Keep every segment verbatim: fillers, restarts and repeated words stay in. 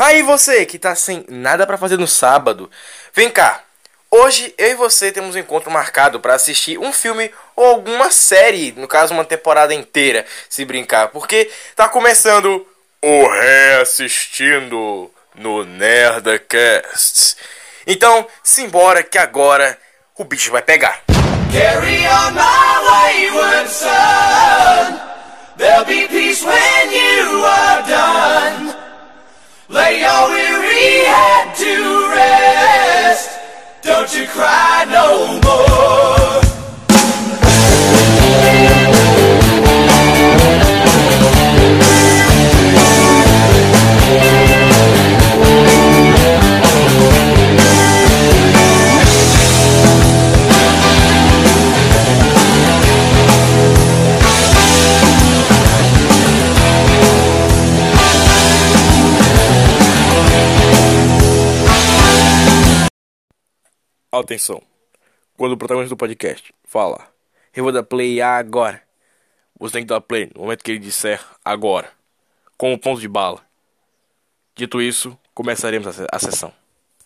Aí você que tá sem nada pra fazer no sábado, vem cá. Hoje eu e você temos um encontro marcado pra assistir um filme ou alguma série, no caso uma temporada inteira, se brincar, porque tá começando o Reassistindo no Nerdcast. Então, simbora que agora o bicho vai pegar. Carry on my wayward son. There'll be peace when you are done. Lay your weary head to rest. Don't you cry no more. Atenção, quando o protagonista do podcast fala, eu vou dar play agora, você tem que dar play no momento que ele disser agora, com o ponto de bala. Dito isso, começaremos a, se- a sessão.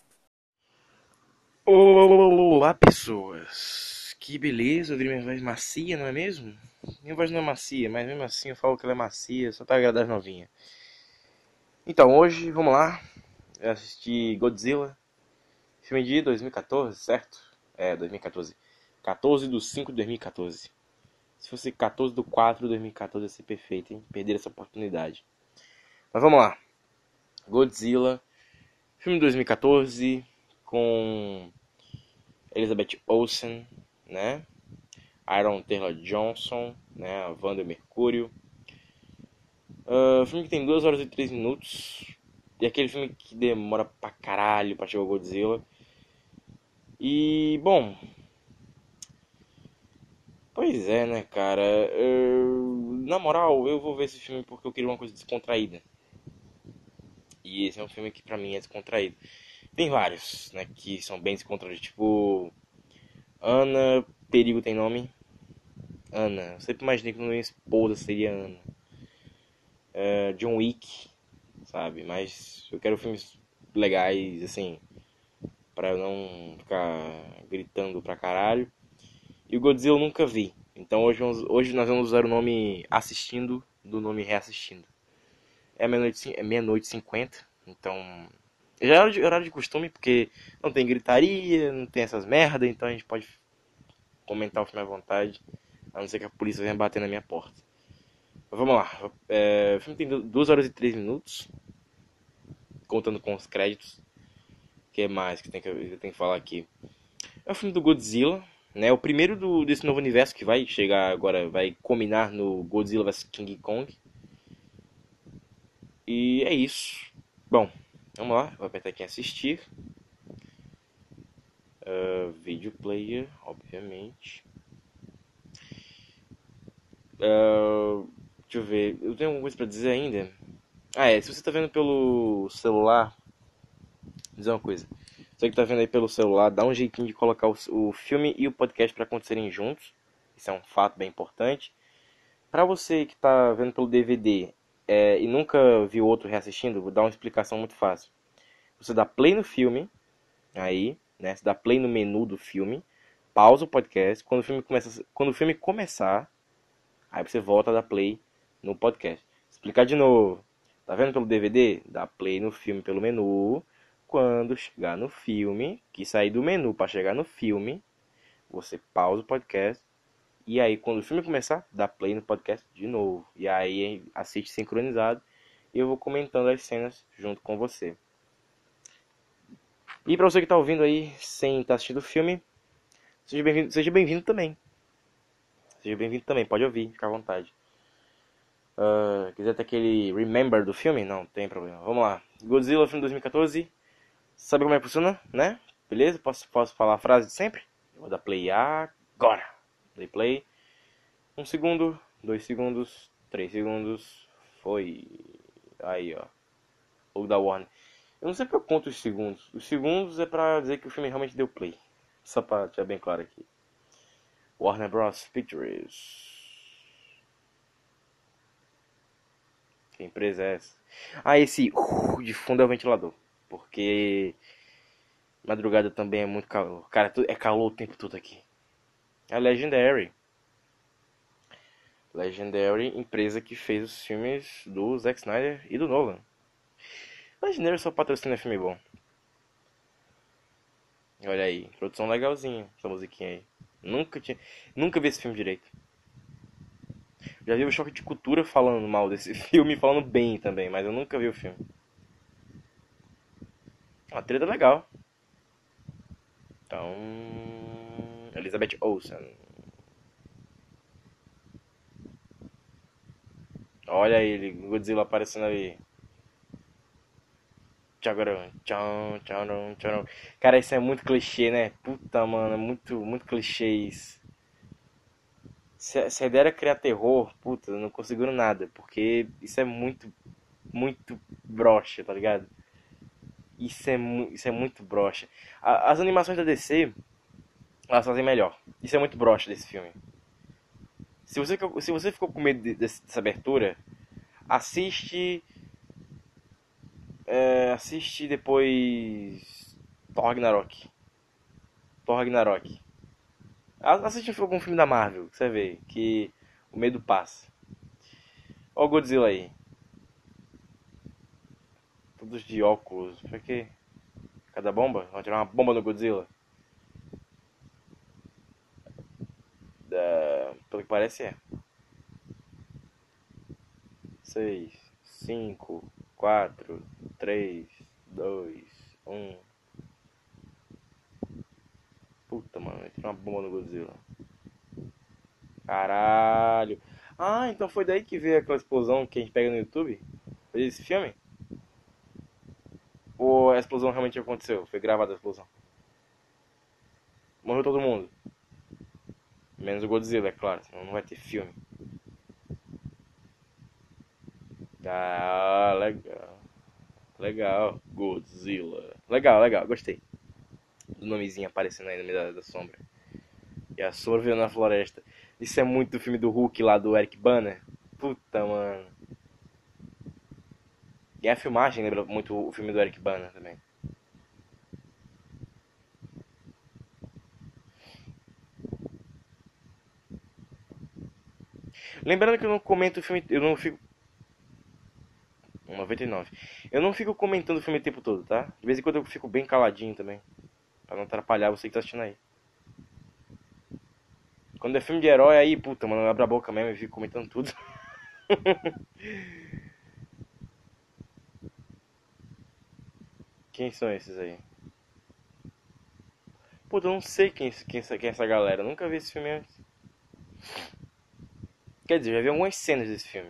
Olá, pessoas. Que beleza ouvir minha voz macia, não é mesmo? Minha voz não é macia, mas mesmo assim eu falo que ela é macia, só pra agradar as novinhas. Então, hoje, vamos lá, eu assisti Godzilla. Filme de dois mil e quatorze, certo? É, dois mil e quatorze. quatorze do cinco de dois mil e quatorze. Se fosse quatorze do quatro de dois mil e quatorze ia ser perfeito, hein? Perder essa oportunidade. Mas vamos lá. Godzilla. Filme de dois mil e quatorze. Com Elizabeth Olsen, né? Aaron Taylor Johnson, né? A Wanda Mercúrio. Uh, filme que tem duas horas e três minutos. E é aquele filme que demora pra caralho pra chegar o Godzilla. E, bom, pois é, né, cara? Eu- Na moral, eu vou ver esse filme porque eu queria uma coisa descontraída. E esse é um filme que pra mim é descontraído. Tem vários, né, que são bem descontraídos. Tipo, Ana, Perigo Tem Nome. Ana, eu sempre imaginei que minha esposa seria Ana. É, John Wick, sabe? Mas eu quero filmes legais, assim, pra eu não ficar gritando pra caralho. E o Godzilla eu nunca vi. Então hoje, vamos- hoje nós vamos usar o nome assistindo do nome reassistindo. É meia-noite cin- é meia-noite e cinquenta. Então. Já é hora de, horário de costume, porque não tem gritaria, não tem essas merda, então a gente pode comentar o filme à vontade. A não ser que a polícia venha bater na minha porta. Mas vamos lá. É, o filme tem duas horas e três minutos. Contando com os créditos. O que mais que tem que, eu tenho que falar aqui? É o filme do Godzilla, né? O primeiro do, desse novo universo que vai chegar agora, vai culminar no Godzilla versus King Kong. E é isso. Bom, vamos lá. Vou apertar aqui em assistir. Uh, video player, obviamente. Uh, deixa eu ver. Eu tenho alguma coisa pra dizer ainda? Ah, é. Se você tá vendo pelo celular, vou dizer uma coisa. Você que tá vendo aí pelo celular, dá um jeitinho de colocar o, o filme e o podcast para acontecerem juntos. Isso é um fato bem importante. Pra você que tá vendo pelo D V D é, e nunca viu outro reassistindo, vou dar uma explicação muito fácil. Você dá play no filme, aí, né? Você dá play no menu do filme, pausa o podcast. Quando o filme começa, quando o filme começar, aí você volta a dar play no podcast. Explicar de novo. Tá vendo pelo D V D? Dá play no filme pelo menu. Quando chegar no filme, que sair do menu para chegar no filme, você pausa o podcast. E aí, quando o filme começar, dá play no podcast de novo. E aí, assiste sincronizado. E eu vou comentando as cenas junto com você. E pra você que tá ouvindo aí, sem estar assistindo o filme, seja bem-vindo, seja bem-vindo também. Seja bem-vindo também, pode ouvir, fica à vontade. Uh, quiser ter aquele remember do filme? Não, tem problema. Vamos lá. Godzilla, filme dois mil e quatorze. Sabe como é que funciona, né? Beleza? Posso, posso falar a frase de sempre? Eu vou dar play agora. Dei play. Um segundo, dois segundos, três segundos. Foi. Aí, ó. Logo da Warner. Eu não sei porque eu conto os segundos. Os segundos é pra dizer que o filme realmente deu play. Só pra deixar bem claro aqui. Warner Bros. Pictures. Que empresa é essa? Ah, esse uh, de fundo é o ventilador. Porque madrugada também é muito calor. Cara, tu- é calor o tempo todo aqui. É a Legendary. Legendary, empresa que fez os filmes do Zack Snyder e do Nolan. Legendary só patrocina filme bom. Olha aí, produção legalzinha, essa musiquinha aí. Nunca tinha, nunca vi esse filme direito. Já vi o Choque de Cultura falando mal desse filme e falando bem também, mas eu nunca vi o filme. A trilha é legal. Então, Elizabeth Olsen. Olha ele, Godzilla aparecendo ali. Tchagaram, tchau, tchau, tchau. Cara, isso é muito clichê, né? Puta, mano, é muito, muito clichê isso. Se, se a ideia era criar terror, puta, não conseguiram nada. Porque isso é muito, muito broxa, tá ligado? Isso é, mu isso é muito broxa. A- as animações da D C, elas fazem melhor. Isso é muito broxa desse filme. Se você, ficou- se você ficou com medo de- desse- dessa abertura, assiste. É, assiste depois. Thor Ragnarok. Thor Ragnarok. A- Assiste algum filme da Marvel, que você vê que o medo passa. Ó o Godzilla aí. Todos de óculos. Pra quê? Cada bomba? Vamos tirar uma bomba no Godzilla? Da... Pelo que parece é. Seis, cinco, quatro, três, dois, um. Puta, mano, vai tirar uma bomba no Godzilla. Caralho. Ah, então foi daí que veio aquela explosão que a gente pega no YouTube? Foi esse filme? Ou a explosão realmente aconteceu? Foi gravada a explosão? Morreu todo mundo. Menos o Godzilla, é claro, senão não vai ter filme. Ah, legal. Legal. Godzilla. Legal, legal, gostei. Do nomezinho aparecendo aí no meio da, da sombra. E a sombra veio na floresta. Isso é muito do filme do Hulk lá do Eric Bana. Puta, mano. E a filmagem lembra muito o filme do Eric Bana também. Lembrando que eu não comento o filme. Eu não fico. noventa e nove. Eu não fico comentando o filme o tempo todo, tá? De vez em quando eu fico bem caladinho também. Pra não atrapalhar você que tá assistindo aí. Quando é filme de herói, aí, puta, mano, eu abro a boca mesmo e fico comentando tudo. Quem são esses aí? Puta, eu não sei quem, quem, quem é essa galera. Eu nunca vi esse filme antes. Quer dizer, já vi algumas cenas desse filme.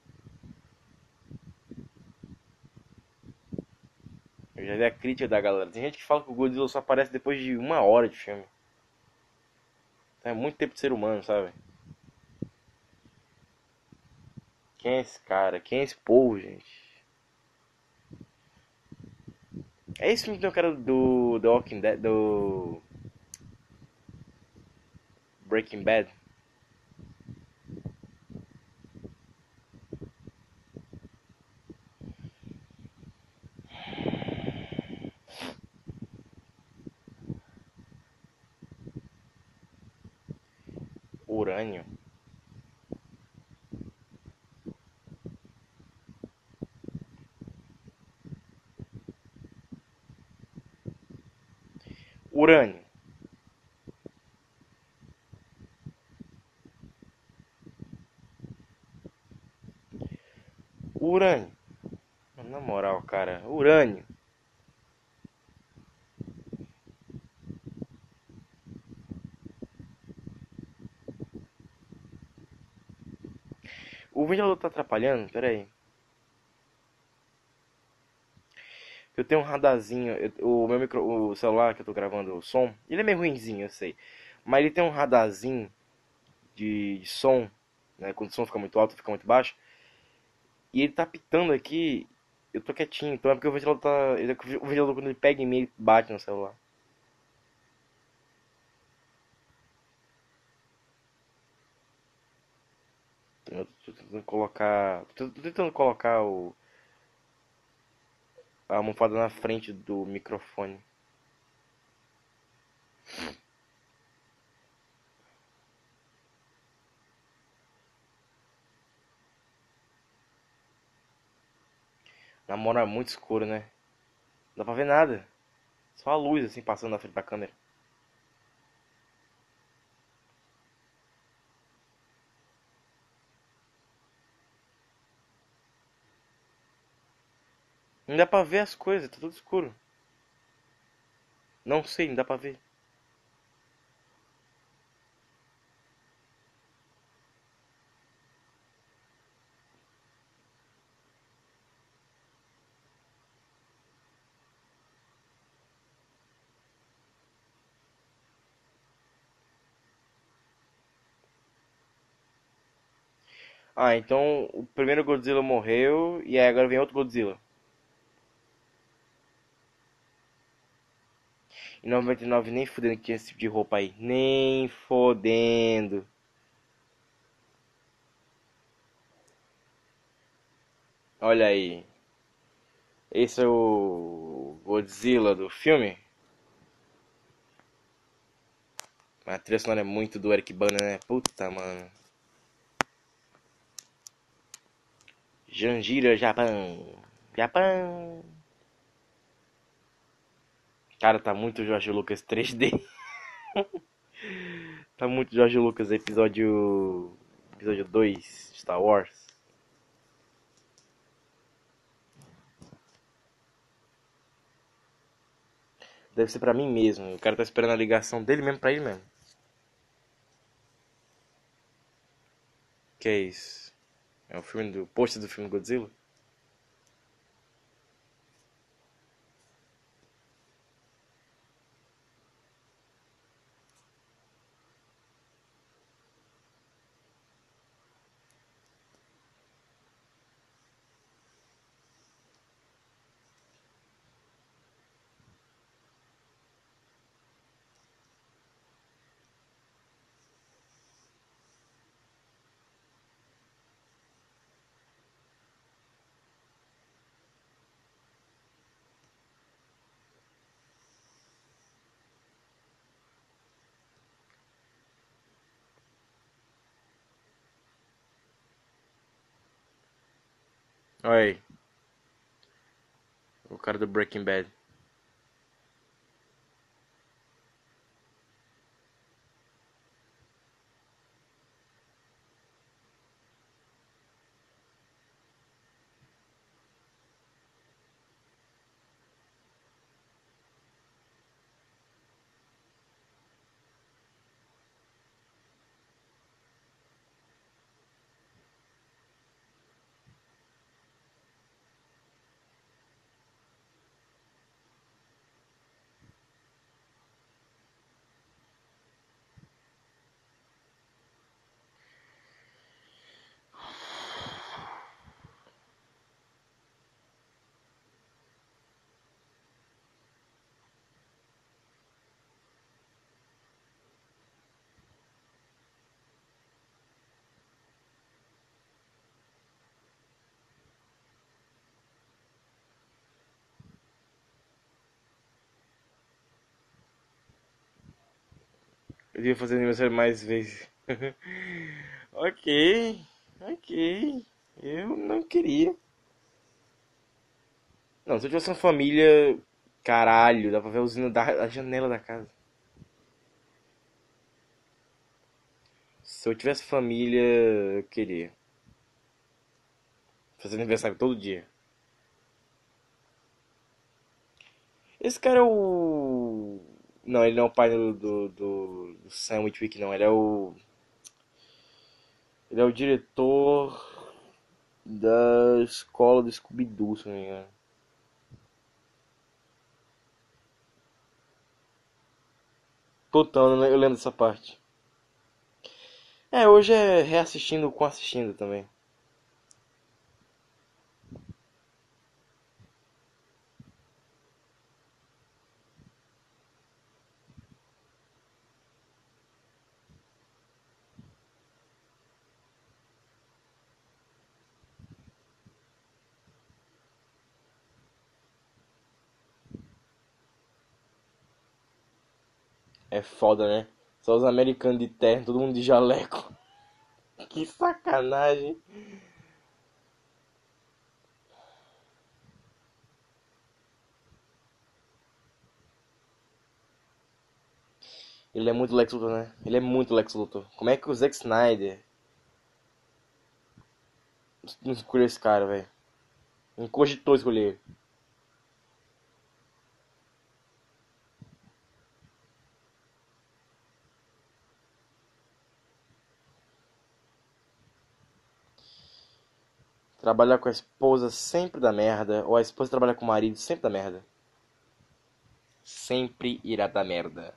Eu já vi a crítica da galera. Tem gente que fala que o Godzilla só aparece depois de uma hora de filme. Então é muito tempo de ser humano, sabe? Quem é esse cara? Quem é esse povo, gente? É esse filme que tem o cara do The Walking Dead, do Breaking Bad? Urânio. Urânio. Urânio. Na moral, cara. Urânio. O ventilador tá atrapalhando? Pera aí. Eu tenho um radarzinho. eu- o meu micro, o celular que eu tô gravando o som, ele é meio ruinzinho, eu sei. Mas ele tem um radarzinho de, de som, né? Quando o som fica muito alto, fica muito baixo. E ele tá pitando aqui. Eu tô quietinho, então é porque o ventilador tá. ele- O ventilador, quando ele pega em mim, ele bate no celular. Eu tô tentando colocar. Tô tô tentando colocar o, a almofada na frente do microfone. Na moral é muito escuro, né? Não dá pra ver nada. Só a luz assim passando na frente da câmera. Não dá pra ver as coisas, tá tudo escuro. Não sei, não dá pra ver. Ah, então o primeiro Godzilla morreu e aí agora vem outro Godzilla. Em noventa e nove nem fudendo que tinha esse tipo de roupa aí. Nem fodendo. Olha aí. Esse é o Godzilla do filme. A trilha sonora é muito do Eric Bana, né? Puta, mano. Janjira, Japão. Japão. Cara, tá muito Jorge Lucas três D. Tá muito Jorge Lucas episódio. Episódio dois Star Wars. Deve ser pra mim mesmo. O cara tá esperando a ligação dele mesmo pra ele mesmo. Que é isso? É o filme do. Post do filme Godzilla? Olha aí. O cara do Breaking Bad. Eu devia fazer aniversário mais vezes. Ok, ok. Eu não queria. Não, se eu tivesse uma família, caralho, dá pra ver a usina da, da janela da casa. Se eu tivesse família, eu queria. Fazer aniversário todo dia. Esse cara é o. Não, ele não é o pai do, do, do, do Sam Witwick, não. Ele é o. Ele é o diretor da escola do Scooby-Doo, se não me engano. Puta, eu não- eu lembro dessa parte. É, hoje é reassistindo com assistindo também. É foda, né? Só os americanos de terno, todo mundo de jaleco. Que sacanagem. Ele é muito Lex Luthor, né? Ele é muito Lex Luthor. Como é que o Zack Snyder não escolheu esse cara, velho? Não cogitou escolher ele. Trabalhar com a esposa sempre dá merda. Ou a esposa trabalhar com o marido sempre dá merda. Sempre irá dar merda.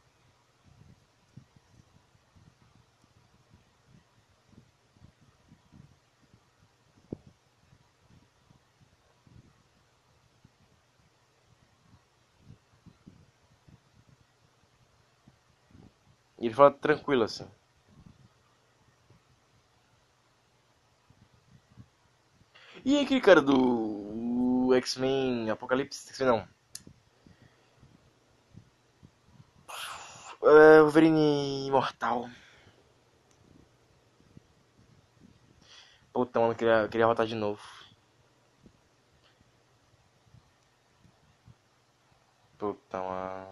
E ele fala tranquilo assim. E aquele cara do X-Men Apocalipse? X-Men não. É, Wolverine Imortal. Puta, mano, queria, queria rotar de novo. Puta, mano.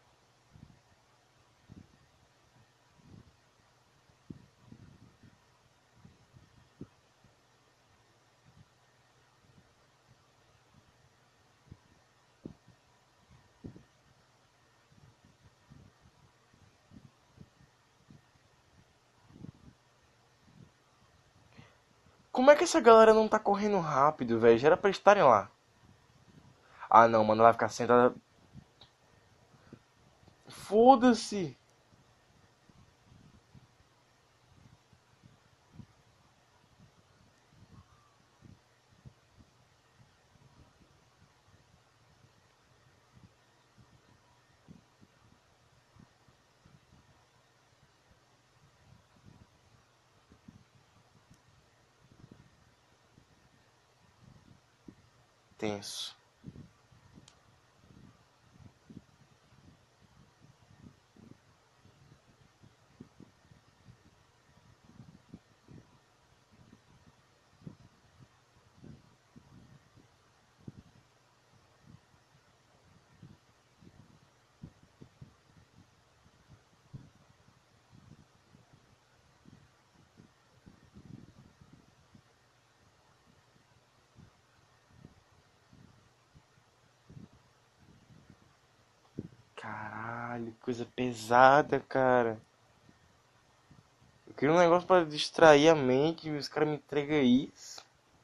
Como é que essa galera não tá correndo rápido, velho? Já era pra eles estarem lá. Ah, não, mano, ela vai ficar sentada. Foda-se. Tenso. Caralho, coisa pesada, cara. Eu queria um negócio pra distrair a mente e os caras me entregam isso.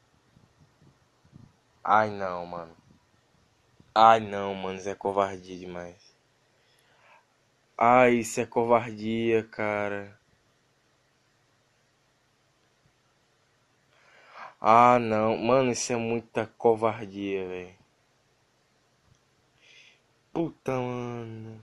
Ai, não, mano. Ai, não, mano, isso é covardia demais. Ai, isso é covardia, cara. Ah, não, mano, isso é muita covardia, velho. Puta, mano.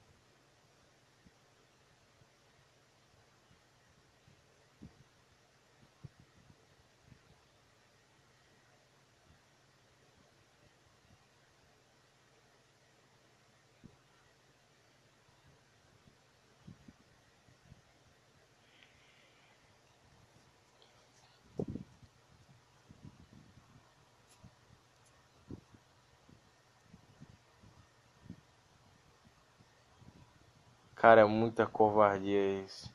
Cara, é muita covardia isso.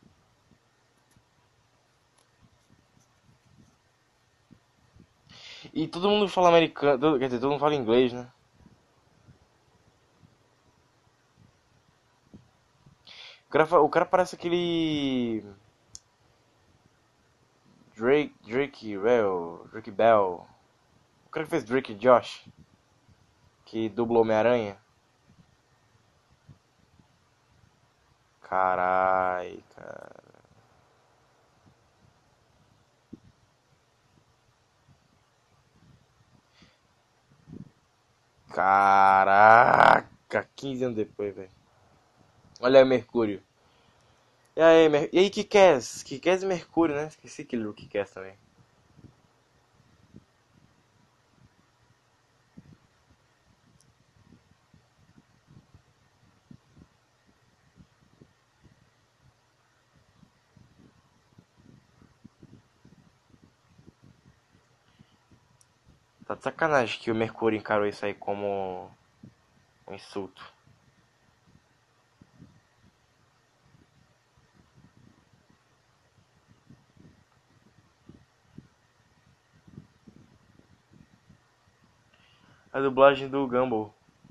E todo mundo fala americano, todo- quer dizer, todo mundo fala inglês, né? O cara, fa- o cara parece aquele Drake, Drake Bell, Drake Bell. O cara que fez Drake e Josh, que dublou Homem-Aranha. Carai, cara. Caraca, quinze anos depois, velho. Olha aí, Mercúrio. E aí, Mer... e aí, Kikaz? Kikaz e Mercúrio, né? Esqueci que ele era o Kikaz também. Tá de sacanagem que o Mercúrio encarou isso aí como um insulto. A dublagem do Gumball.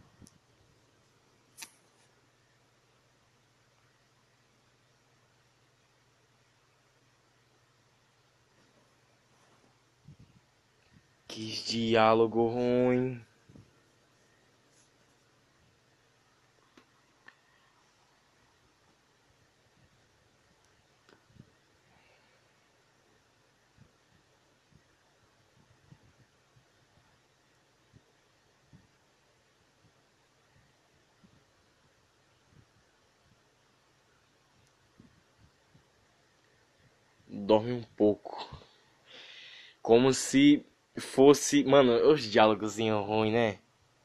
Que diálogo ruim. Dorme um pouco. Como se fosse. Mano, os diálogos ruins, né?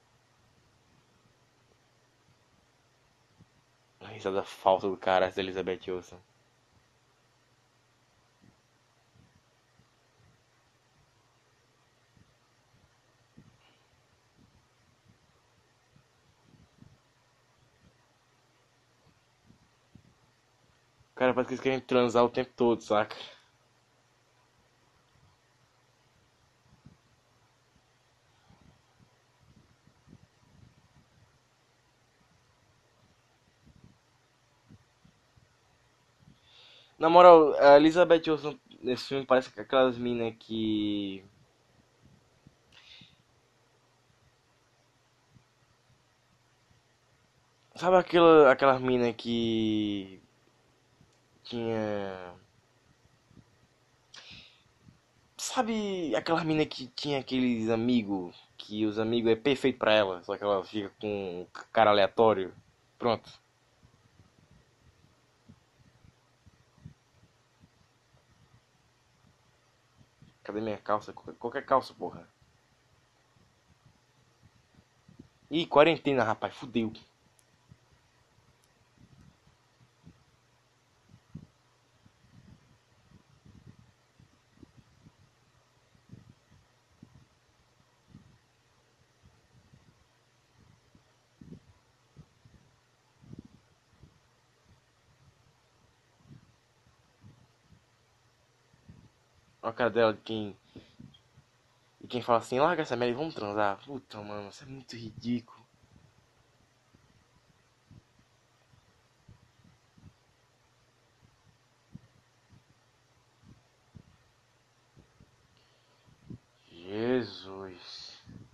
A risada falsa do cara, essa Elizabeth Olsen. Cara, parece que eles querem transar o tempo todo, saca? Na moral, a Elizabeth Olsen nesse filme parece que aquelas minas que. Sabe aquela, aquelas minas que. Tinha. Sabe aquelas minas que tinha aqueles amigos. Que os amigos é perfeito pra ela, só que ela fica com um cara aleatório. Pronto. Cadê minha calça? Qualquer qualquer calça, porra. Ih, quarentena, rapaz, fudeu. Olha a cara dela de quem. E quem fala assim, larga essa merda e vamos transar. Puta, mano, isso é muito ridículo. Jesus.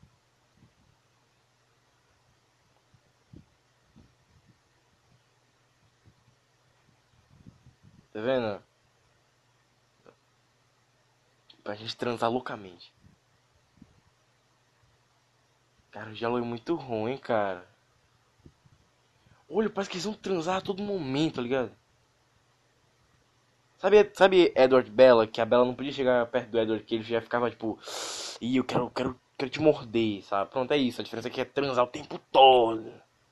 Tá vendo? Pra gente transar loucamente. Cara, o diálogo é muito ruim, cara. Olha, parece que eles vão transar a todo momento, tá ligado? Sabe, sabe Edward Bella, que a Bella não podia chegar perto do Edward, que ele já ficava tipo, ih, eu quero, quero, quero te morder, sabe? Pronto, é isso. A diferença é que é transar o tempo todo.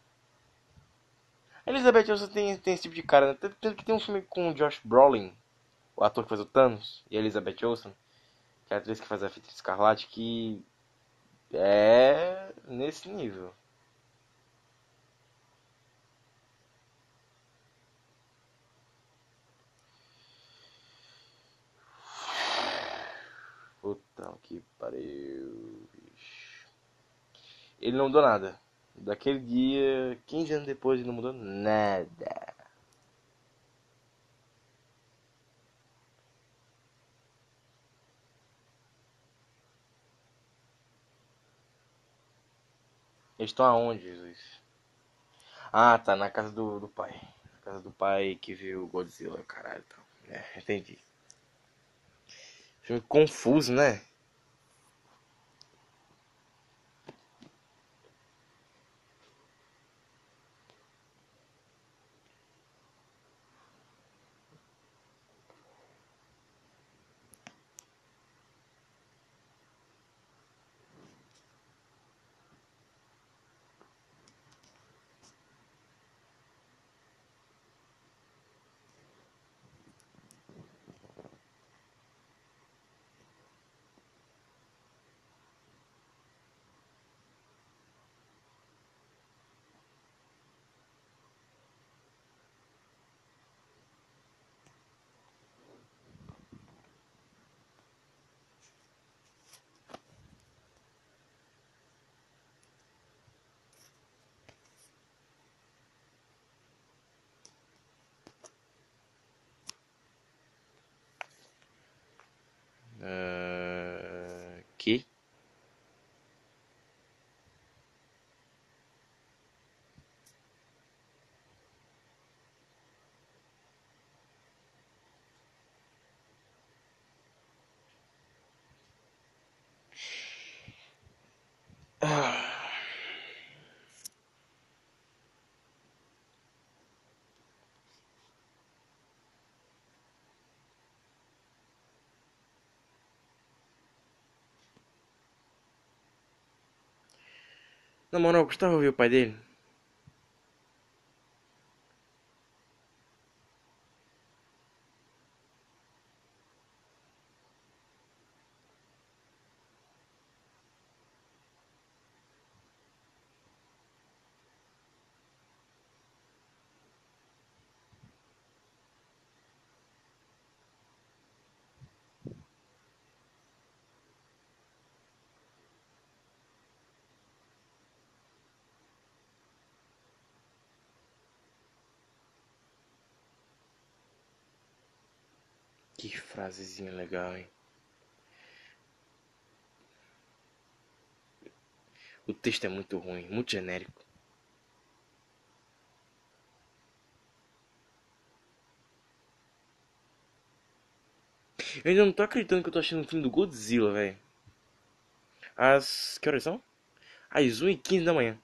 A Elizabeth Olsen tem, tem esse tipo de cara, né? Tanto que tem um filme com o Josh Brolin, o ator que faz o Thanos, e a Elizabeth Olsen, que é a atriz que faz a Feiticeira Escarlate, que é nesse nível. Puta que pariu, bicho. Ele não mudou nada. Daquele dia, quinze anos depois, ele não mudou nada. Eles estão aonde, Jesus? Ah, tá, na casa do, do pai. Na casa do pai que viu o Godzilla, caralho. Tá. É, entendi. Filme confuso, né? Na moral, Gustavo viu o pai dele? Que frasezinha legal, hein? O texto é muito ruim, muito genérico. Eu ainda não tô acreditando que eu tô assistindo um filme do Godzilla, velho. Às... Que horas são? Às uma e quinze da manhã.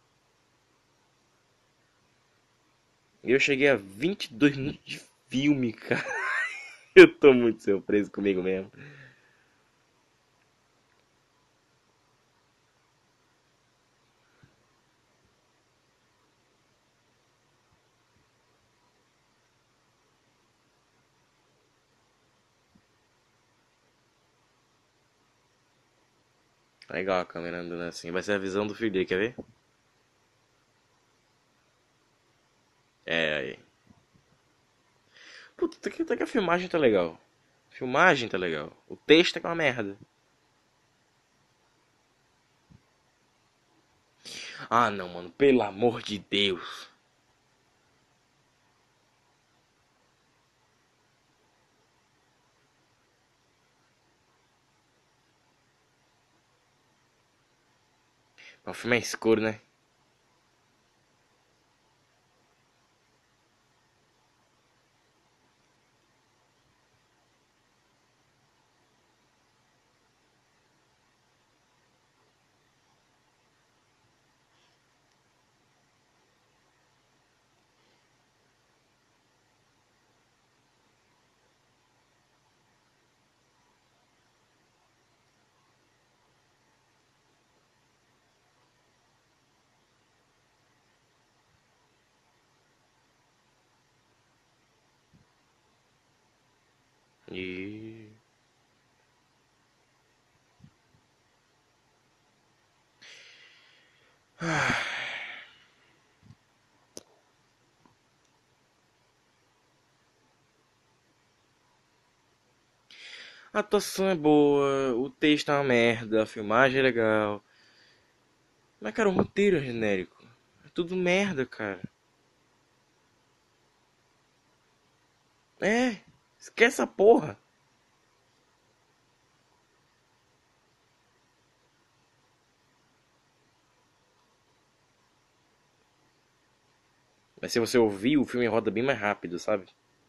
E eu cheguei a vinte e dois minutos de filme, cara. Eu tô muito surpreso comigo mesmo. Legal a câmera andando assim. Vai ser a visão do filho dele, quer ver? É, aí. Puta, até que, até que a filmagem tá legal. A filmagem tá legal. O texto é que é uma merda. Ah, não, mano. Pelo amor de Deus. O filme é escuro, né? E... A atuação é boa, o texto é uma merda, a filmagem é legal. Mas, cara, o roteiro é genérico. É tudo merda, cara. É, esquece essa porra. Mas se você ouvir, o filme roda bem mais rápido, sabe?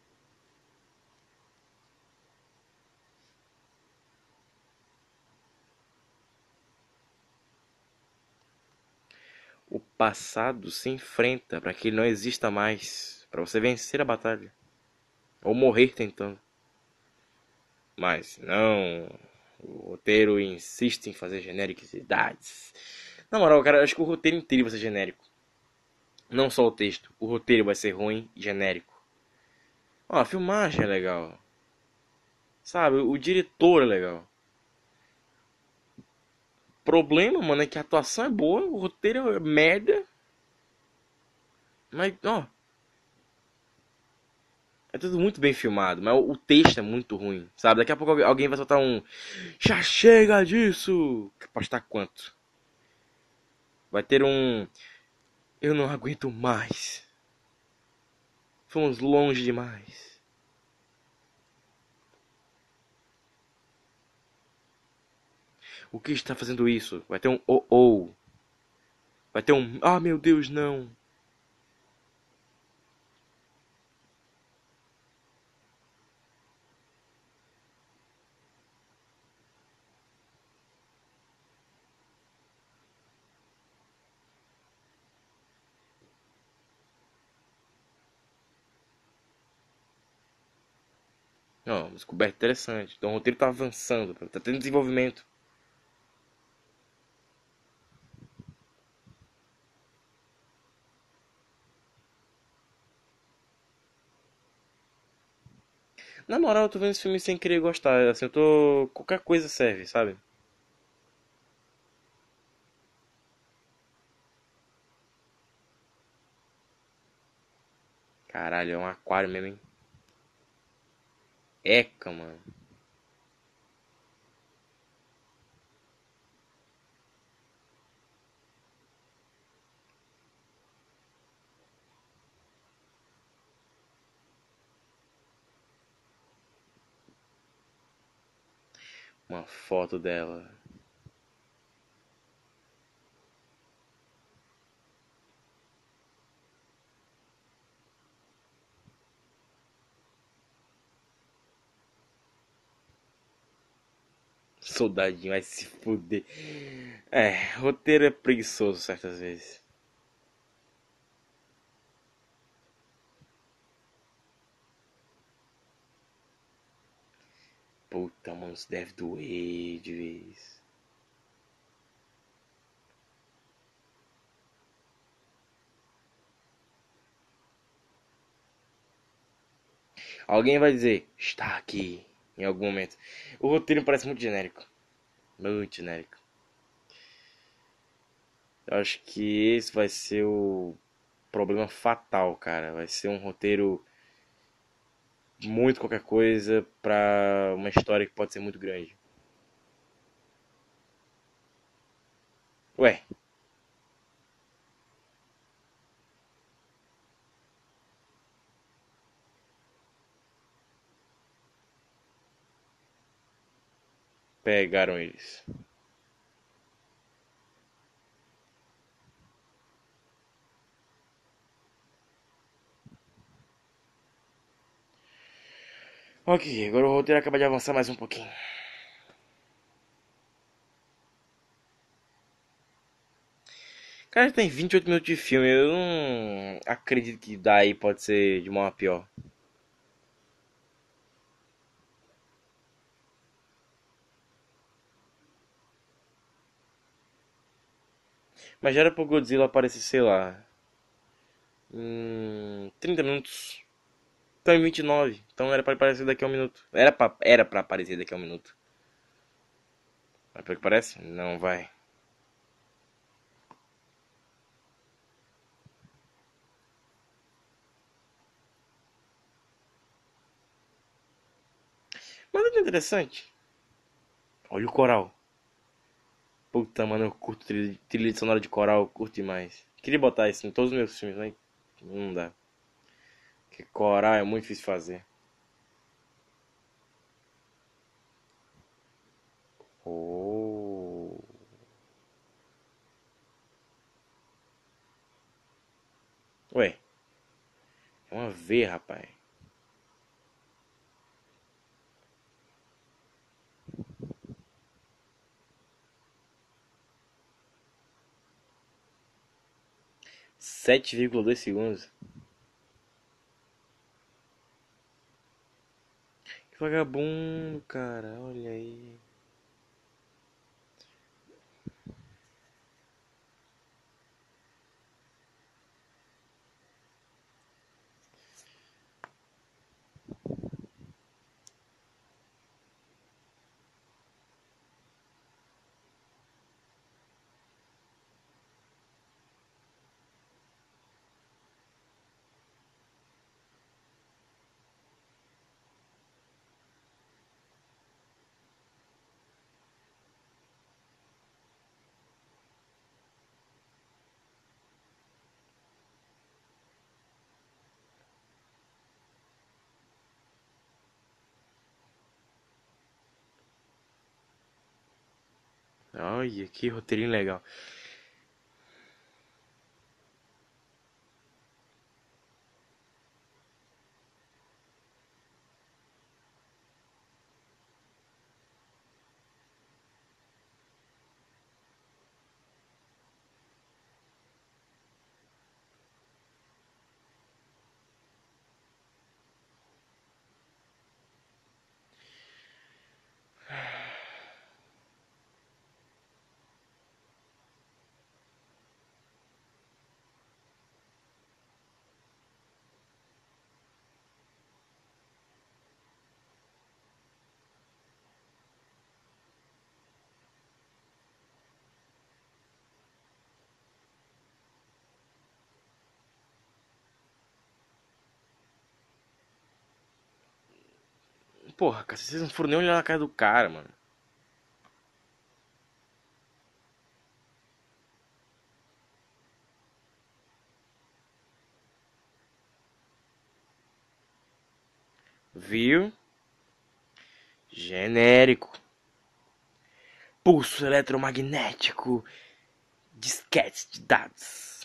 O passado se enfrenta para que ele não exista mais. Para você vencer a batalha. Ou morrer tentando. Mas não. O roteiro insiste em fazer genericidades. Na moral, cara, eu acho que o roteiro inteiro vai ser genérico. Não só o texto. O roteiro vai ser ruim e genérico. Ó, a filmagem é legal. Sabe, o diretor é legal. O problema, mano, é que a atuação é boa, o roteiro é merda. Mas, ó, é tudo muito bem filmado, mas o texto é muito ruim, sabe? Daqui a pouco alguém vai soltar um já chega disso! Que postar quanto? Vai ter um eu não aguento mais. Fomos longe demais. O que está fazendo isso? Vai ter um oh oh. Vai ter um ah meu Deus, não. Ó, uma descoberta interessante. Então o roteiro tá avançando, tá tendo desenvolvimento. Na moral, eu tô vendo esse filme sem querer gostar. Assim, eu tô. Qualquer coisa serve, sabe? Caralho, é um aquário mesmo, hein? Eca, mano. Uma foto dela. Soldadinho vai se fuder. É, roteiro é preguiçoso certas vezes. Puta, mano, isso deve doer de vez. Alguém vai dizer, está aqui, em algum momento. O roteiro parece muito genérico. Muito genérico. Eu acho que esse vai ser o problema fatal, cara. Vai ser um roteiro muito qualquer coisa pra uma história que pode ser muito grande. Ué, pegaram eles. Ok, agora o roteiro acaba de avançar mais um pouquinho. Cara, tem vinte e oito minutos de filme. Eu não acredito que daí pode ser de uma a pior. Mas já era pro Godzilla aparecer, sei lá. Hum, trinta minutos. Então em vinte e nove. Então era pra aparecer daqui a um minuto. Era pra, era pra aparecer daqui a um minuto. Mas pelo que parece, não vai. Mas olha que interessante. Olha o coral. Puta, mano, eu curto trilha, trilha sonora de coral, eu curto demais. Queria botar isso em todos os meus filmes, mas não dá. Porque coral é muito difícil de fazer. Oh. Ué, é uma V, rapaz. sete vírgula dois segundos. Que vagabundo, cara. Olha aí. Olha, que roteirinho legal. Porra, cara, vocês não foram nem olhar na cara do cara, mano. Viu? Genérico. Pulso eletromagnético. Disquete de dados.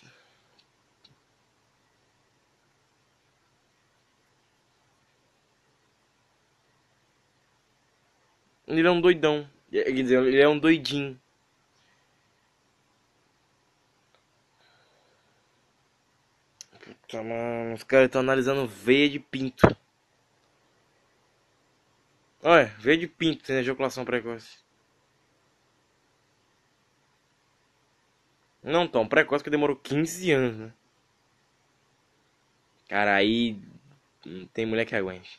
Ele é um doidão. Quer dizer, ele é um doidinho. Puta, mano, os caras estão analisando veia de pinto. Olha, veia de pinto, tem ejaculação precoce. Não tão precoce que demorou quinze anos, né? Cara, aí não tem mulher que aguente.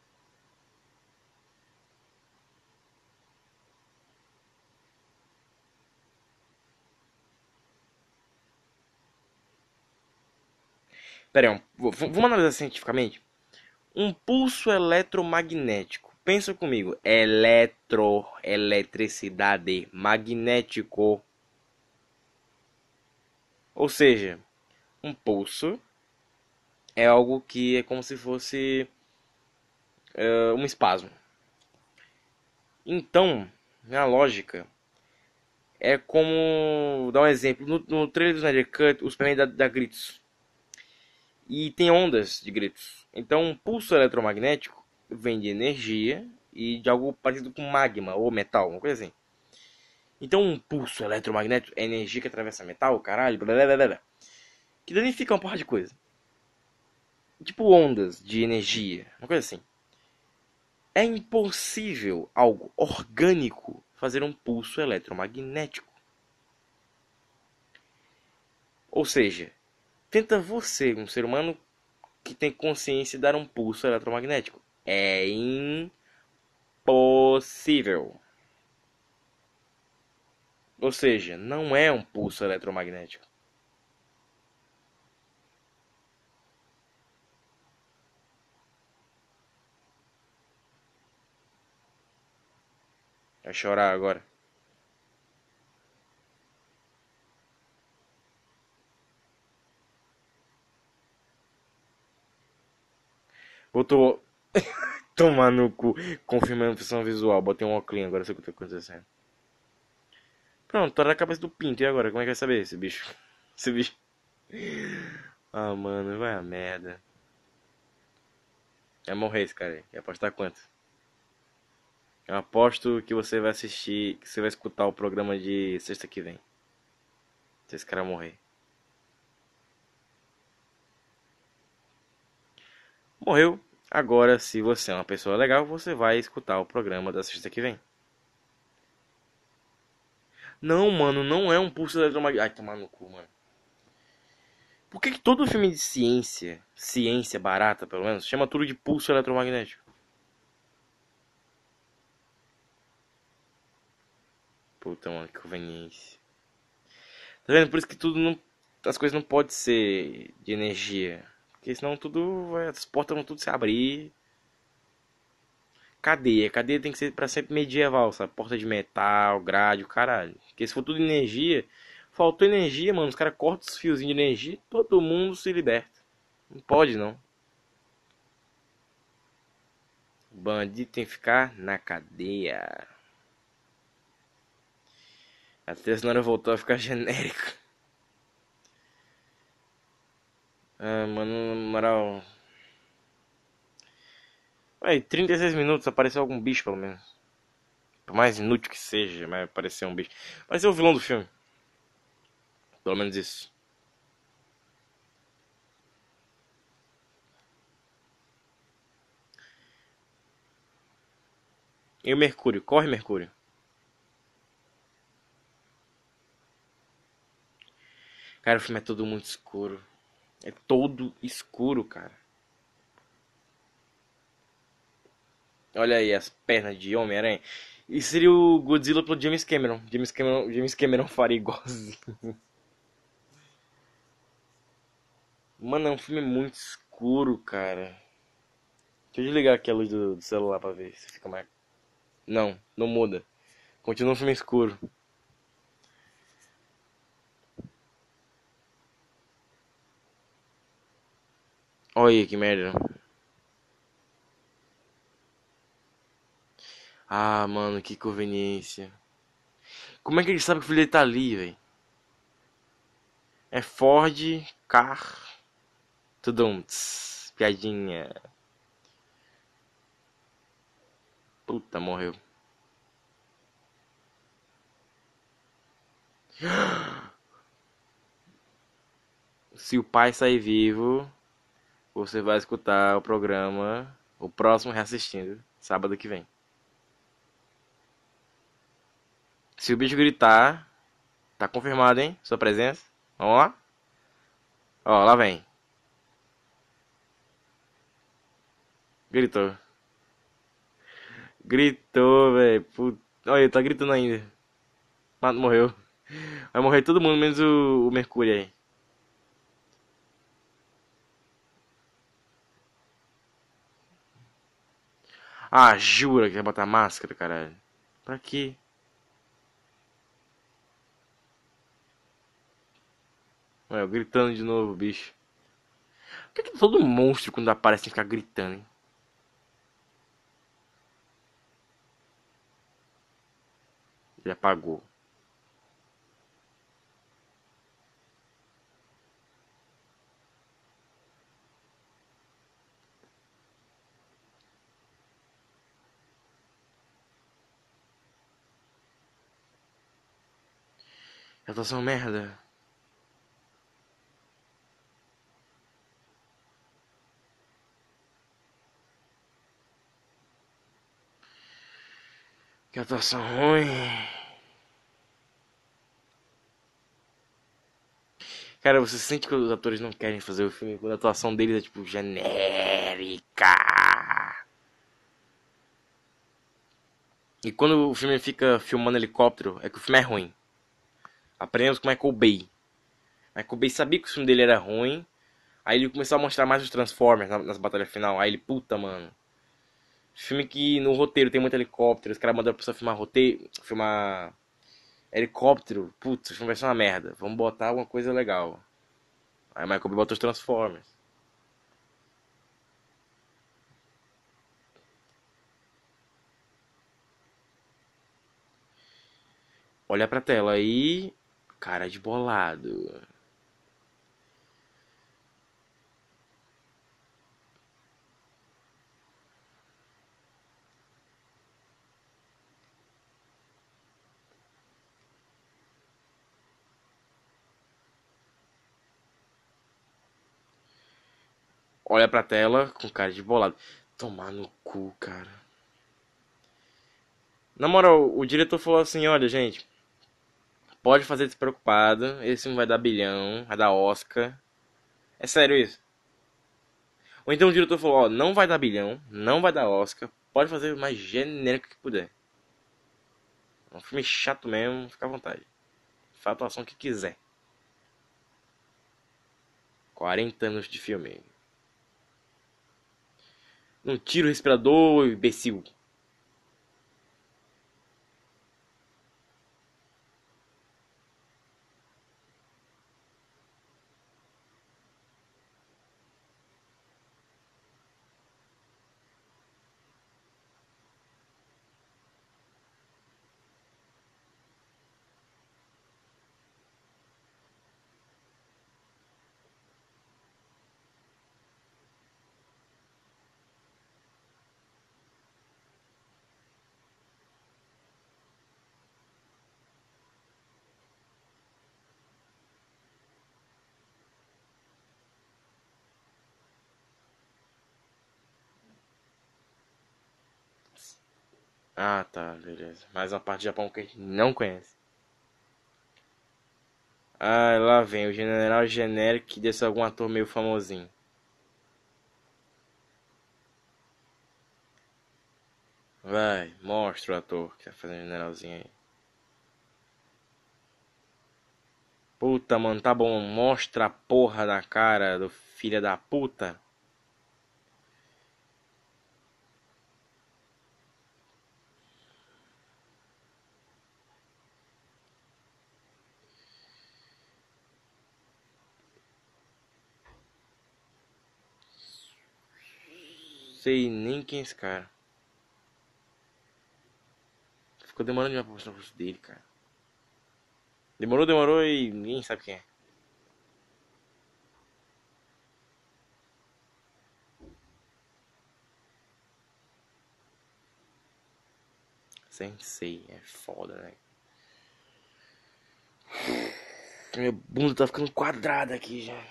Pera aí, um, v- vamos analisar cientificamente? Um pulso eletromagnético. Pensa comigo. Eletro, eletricidade, magnético. Ou seja, um pulso é algo que é como se fosse uh, um espasmo. Então, na lógica, é como. Dar um exemplo. No, no trailer do Snyder Cut, o Superman dá, dá gritos. E tem ondas de gritos. Então, um pulso eletromagnético vem de energia e de algo parecido com magma ou metal, uma coisa assim. Então, um pulso eletromagnético é energia que atravessa metal, caralho, blá blá blá blá. Que danifica uma porra de coisa. Tipo ondas de energia, uma coisa assim. É impossível algo orgânico fazer um pulso eletromagnético. Ou seja, tenta você, um ser humano que tem consciência, dar um pulso eletromagnético. É impossível. Ou seja, não é um pulso eletromagnético. Vai chorar agora. Botou tomar no cu, confirmando a impressão visual. Botei um óculos agora, sei o que tá acontecendo. Pronto, tá na cabeça do pinto. E agora? Como é que vai saber esse bicho? Esse bicho. Ah, mano, vai a merda. Vai morrer esse cara aí. Quer apostar quanto? Eu aposto que você vai assistir, que você vai escutar o programa de sexta que vem. Se esse cara morrer. Morreu. Agora, se você é uma pessoa legal, você vai escutar o programa da sexta que vem. Não, mano, não é um pulso eletromagnético. Ai, tomar no cu, mano. Por que que todo filme de ciência, ciência barata pelo menos, chama tudo de pulso eletromagnético? Puta, mano, que conveniência. Tá vendo? Por isso que tudo não. As coisas não podem ser de energia. Porque senão tudo vai. As portas vão tudo se abrir. Cadeia. Cadeia tem que ser pra sempre medieval, sabe? Porta de metal, grade, o caralho. Porque se for tudo energia. Faltou energia, mano. Os caras cortam os fiozinhos de energia e todo mundo se liberta. Não pode, não. O bandido tem que ficar na cadeia. Até senão ele voltou a ficar genérico. Ah, mano, na moral. Aí, trinta e seis minutos, apareceu algum bicho pelo menos. Por mais inútil que seja, mas apareceu um bicho. Mas é o vilão do filme. Pelo menos isso. E o Mercúrio? Corre, Mercúrio. Cara, o filme é todo muito escuro. É todo escuro, cara. Olha aí as pernas de Homem-Aranha. Isso seria o Godzilla pelo James Cameron. James Cameron, James Cameron faria igualzinho. Mano, é um filme muito escuro, cara. Deixa eu desligar aqui a luz do, do celular pra ver se fica mais. Não, não muda. Continua um filme escuro. Olha aí, que merda. Ah, mano, que conveniência. Como é que ele sabe que o filho dele tá ali, velho? É Ford Car Tudum. Tss, piadinha. Puta, morreu. Se o pai sair vivo, você vai escutar o programa, o próximo reassistindo, sábado que vem. Se o bicho gritar, tá confirmado, hein? Sua presença. Vamos lá? Ó, lá vem. Gritou. Gritou, velho. Put... Olha, ele tá gritando ainda. Mas não morreu. Vai morrer todo mundo, menos o, o Mercúrio aí. Ah, jura que vai botar máscara, caralho. Pra quê? Ué, gritando de novo, bicho. Por que, que todo monstro, quando aparece, tem que ficar gritando, hein? Ele apagou. Eu tô sendo merda. Que atuação ruim. Cara, você sente que os atores não querem fazer o filme quando a atuação deles é tipo genérica. E quando o filme fica filmando helicóptero, é que o filme é ruim. Aprendemos com Michael Bay. Michael Bay sabia que o filme dele era ruim. Aí ele começou a mostrar mais os Transformers nas batalhas final. Aí ele, puta, mano. Filme que no roteiro tem muito helicóptero. Os caras mandaram a pessoa filmar roteiro. Filmar helicóptero. Putz, o filme vai ser uma merda. Vamos botar alguma coisa legal. Aí Michael Bay botou os Transformers. Olha pra tela aí. Cara de bolado. Olha pra tela com cara de bolado. Tomar no cu, cara. Na moral, o diretor falou assim: olha, gente, pode fazer despreocupado. Esse não vai dar bilhão, vai dar Oscar. É sério isso? Ou então o diretor falou: ó, não vai dar bilhão, não vai dar Oscar. Pode fazer o mais genérico que puder. É um filme chato mesmo, fica à vontade. Faz a atuação que quiser. quarenta anos de filme. Não tira o respirador, imbecil. Ah, tá, beleza. Mais uma parte do Japão que a gente não conhece. Ah, lá vem o general genérico que desse algum ator meio famosinho. Vai, mostra o ator que tá fazendo generalzinho aí. Puta, mano, tá bom. Mostra a porra da cara do filho da puta. sei nem quem é esse cara. Ficou demorando demais pra mostrar o rosto dele, cara. Demorou, demorou e ninguém sabe quem é. Sensei, é foda, né? Minha bunda tá ficando quadrada aqui já.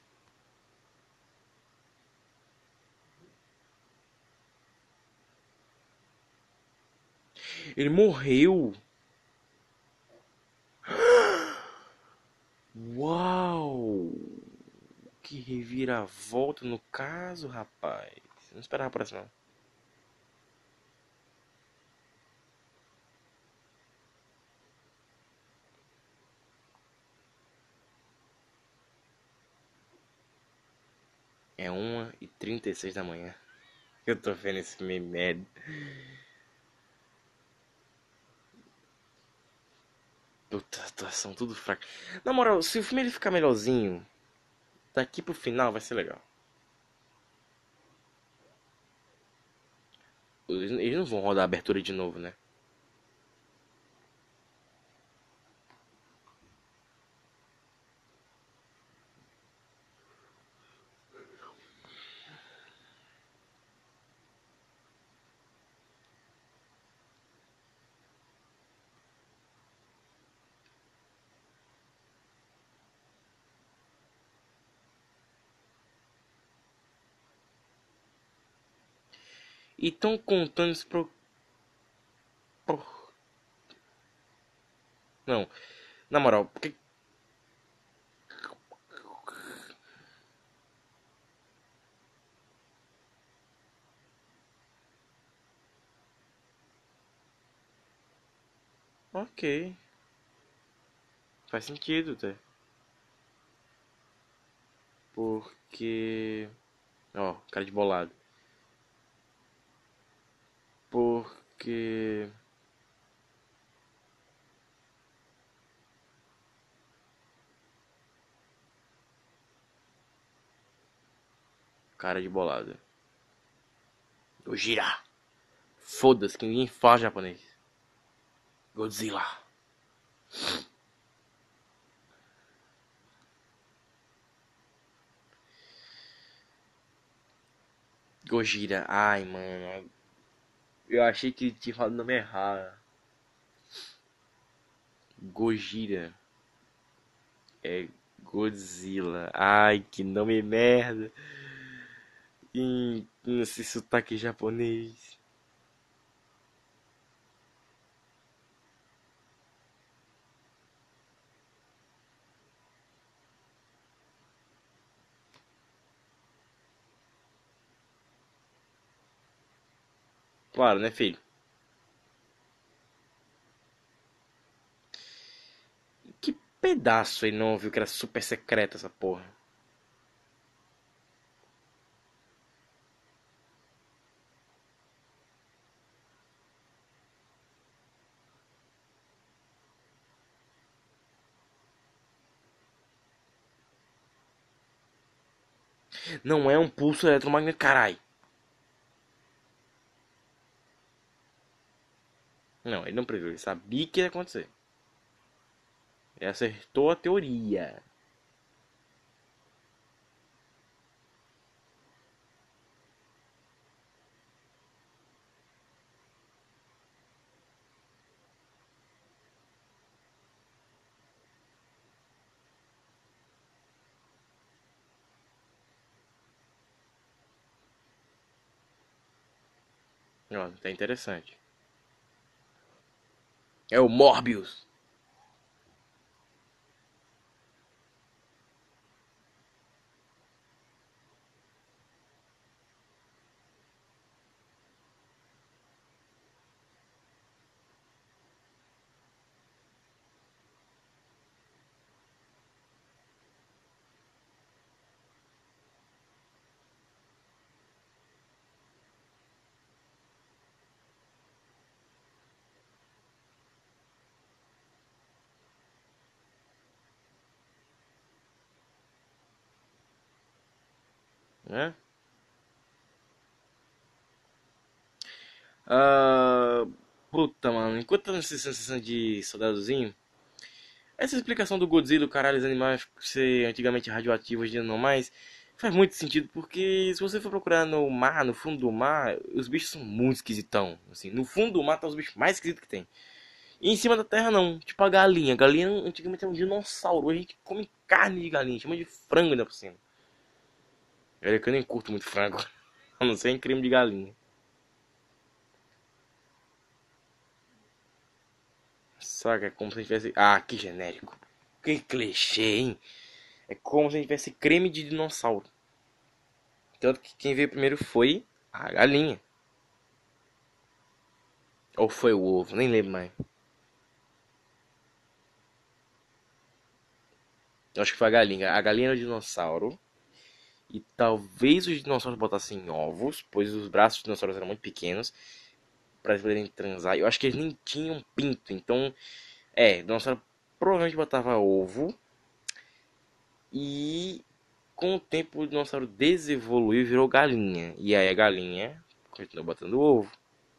Ele morreu. Uau! Que reviravolta no caso, rapaz. Não esperava por isso, não. É uma e trinta e seis da manhã. Eu tô vendo esse filme merda. Puta, atuação tudo fraca. Na moral, se o filme ele ficar melhorzinho, daqui pro final vai ser legal. Eles, eles não vão rodar a abertura de novo, né? E tão contando isso pro. pro... Não, na moral, porque. Ok, faz sentido, tá? Porque. Ó, cara de bolado. Porque. Cara de bolado. Gojira. Foda-se que ninguém fala japonês. Godzilla. Gojira. Ai, mano. Eu achei que tinha falado o nome errado. Gojira. É Godzilla. Ai, que nome merda. Em, esse sotaque japonês. Claro, né, filho? Que pedaço ele não ouviu que era super secreta essa porra? Não é um pulso eletromagnético, carai. Não, ele não previu, ele sabia que ia acontecer. Ele acertou a teoria. Ó, tá interessante. É o Morbius. Né? Ah, puta, mano. Enquanto tá nessa sensação de soldadozinho, essa explicação do Godzilla, o caralho, os animais ser antigamente radioativos, hoje em dia não mais, faz muito sentido, porque se você for procurar no mar, no fundo do mar, os bichos são muito esquisitão. Assim, no fundo do mar tá os bichos mais esquisitos que tem. E em cima da terra não, tipo a galinha. A galinha antigamente era um dinossauro, a gente come carne de galinha, chama de frango ainda por cima. Olha que eu nem curto muito frango, a não ser em creme de galinha. Saca, é como se a gente tivesse... Ah, que genérico. Que clichê, hein? É como se a gente tivesse creme de dinossauro. Tanto que quem veio primeiro foi a galinha. Ou foi o ovo, nem lembro mais. Eu acho que foi a galinha. A galinha era o dinossauro. E talvez os dinossauros botassem ovos, pois os braços dos dinossauros eram muito pequenos para eles poderem transar. Eu acho que eles nem tinham pinto. Então, é, o dinossauro provavelmente botava ovo. E com o tempo o dinossauro desevoluiu e virou galinha. E aí a galinha continuou botando ovo.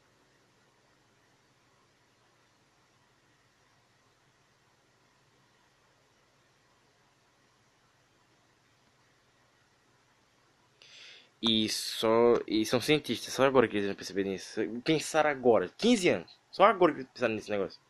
E só. E são cientistas, só agora que eles vão perceber nisso. Pensaram agora, quinze anos. Só agora que eles pensaram nesse negócio.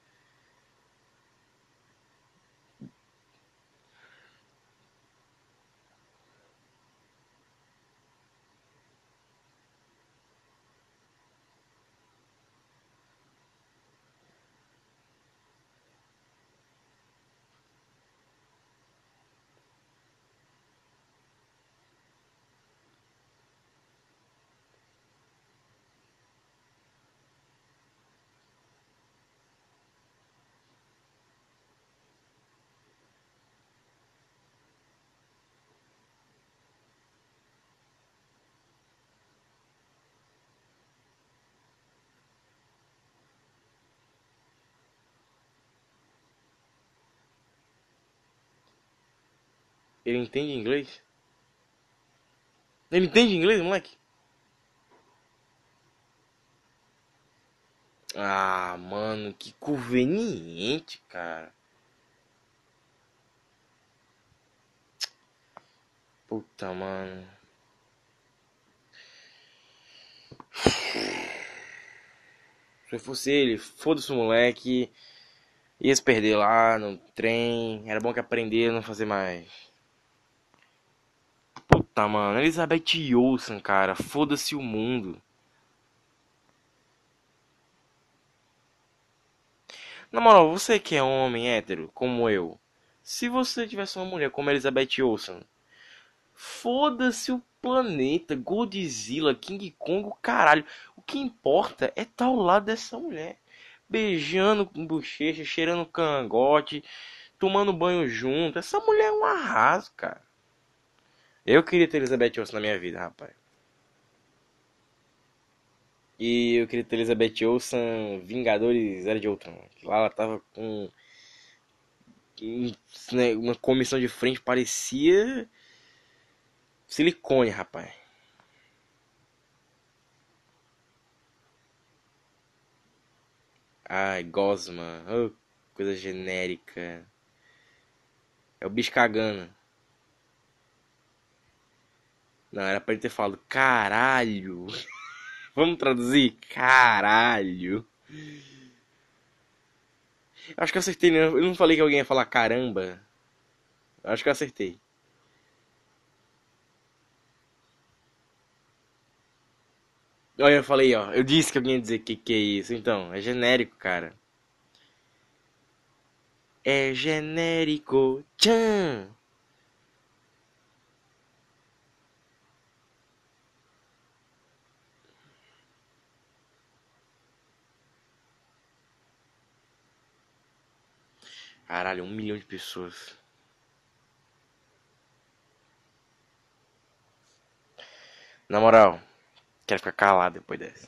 Ele entende inglês? Ele entende inglês, moleque? Ah, mano, que conveniente, cara. Puta, mano. Se eu fosse ele, foda-se o moleque. Ia se perder lá no trem. Era bom que aprender a não fazer mais. Puta, mano. Elizabeth Olsen, cara. Foda-se o mundo. Na moral, você que é homem hétero, como eu. Se você tivesse uma mulher como Elizabeth Olsen, foda-se o planeta, Godzilla, King Kong, o caralho. O que importa é estar ao lado dessa mulher. Beijando com bochecha, cheirando cangote, tomando banho junto. Essa mulher é um arraso, cara. Eu queria ter Elizabeth Olsen na minha vida, rapaz. E eu queria ter Elizabeth Olsen Vingadores Era de Ultron. Lá ela tava com um- né, uma comissão de frente, parecia silicone, rapaz. Ai, Gosma, oh, coisa genérica. É o bicho cagando. Não, era pra ele ter falado caralho. Vamos traduzir? Caralho. Acho que eu acertei, né? Eu não falei que alguém ia falar caramba. Acho que eu acertei. Olha, eu falei, ó. Eu disse que alguém ia dizer que que é isso. Então, é genérico, cara. É genérico. Tchan. Caralho, um milhão de pessoas. Na moral, quero ficar calado depois dessa.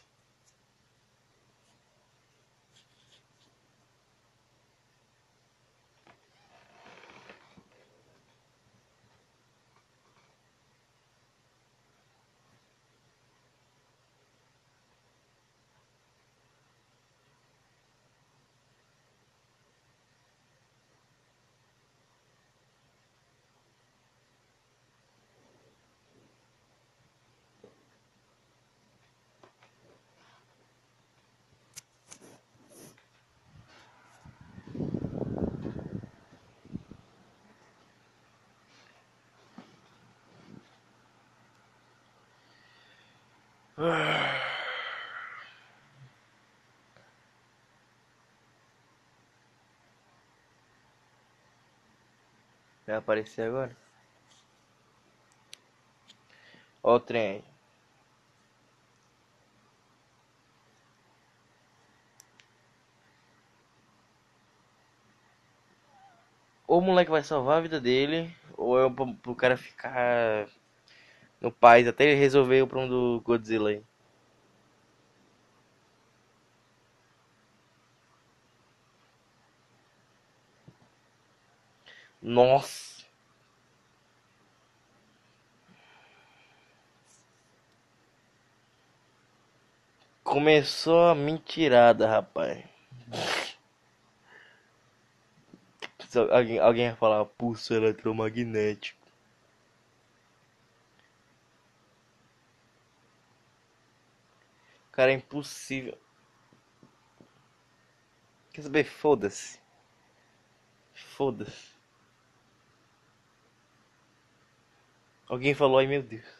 Vai aparecer agora? Ó o trem aí. Ou o moleque vai salvar a vida dele, ou é pro, pro cara ficar no paz até ele resolver o problema do Godzilla aí. Nossa! Começou a mentirada, rapaz. Se Alguém, alguém vai falar pulso eletromagnético. Cara, é impossível. Quer saber? Foda-se. Foda-se. Alguém falou, ai meu Deus.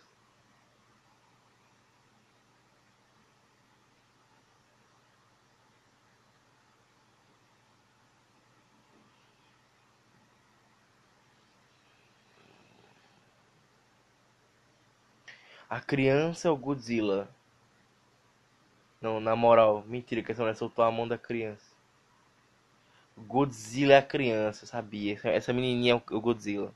A criança é o Godzilla. Não, na moral, mentira, que essa mulher soltou a mão da criança. O Godzilla é a criança, eu sabia. Essa, essa menininha é o, o Godzilla.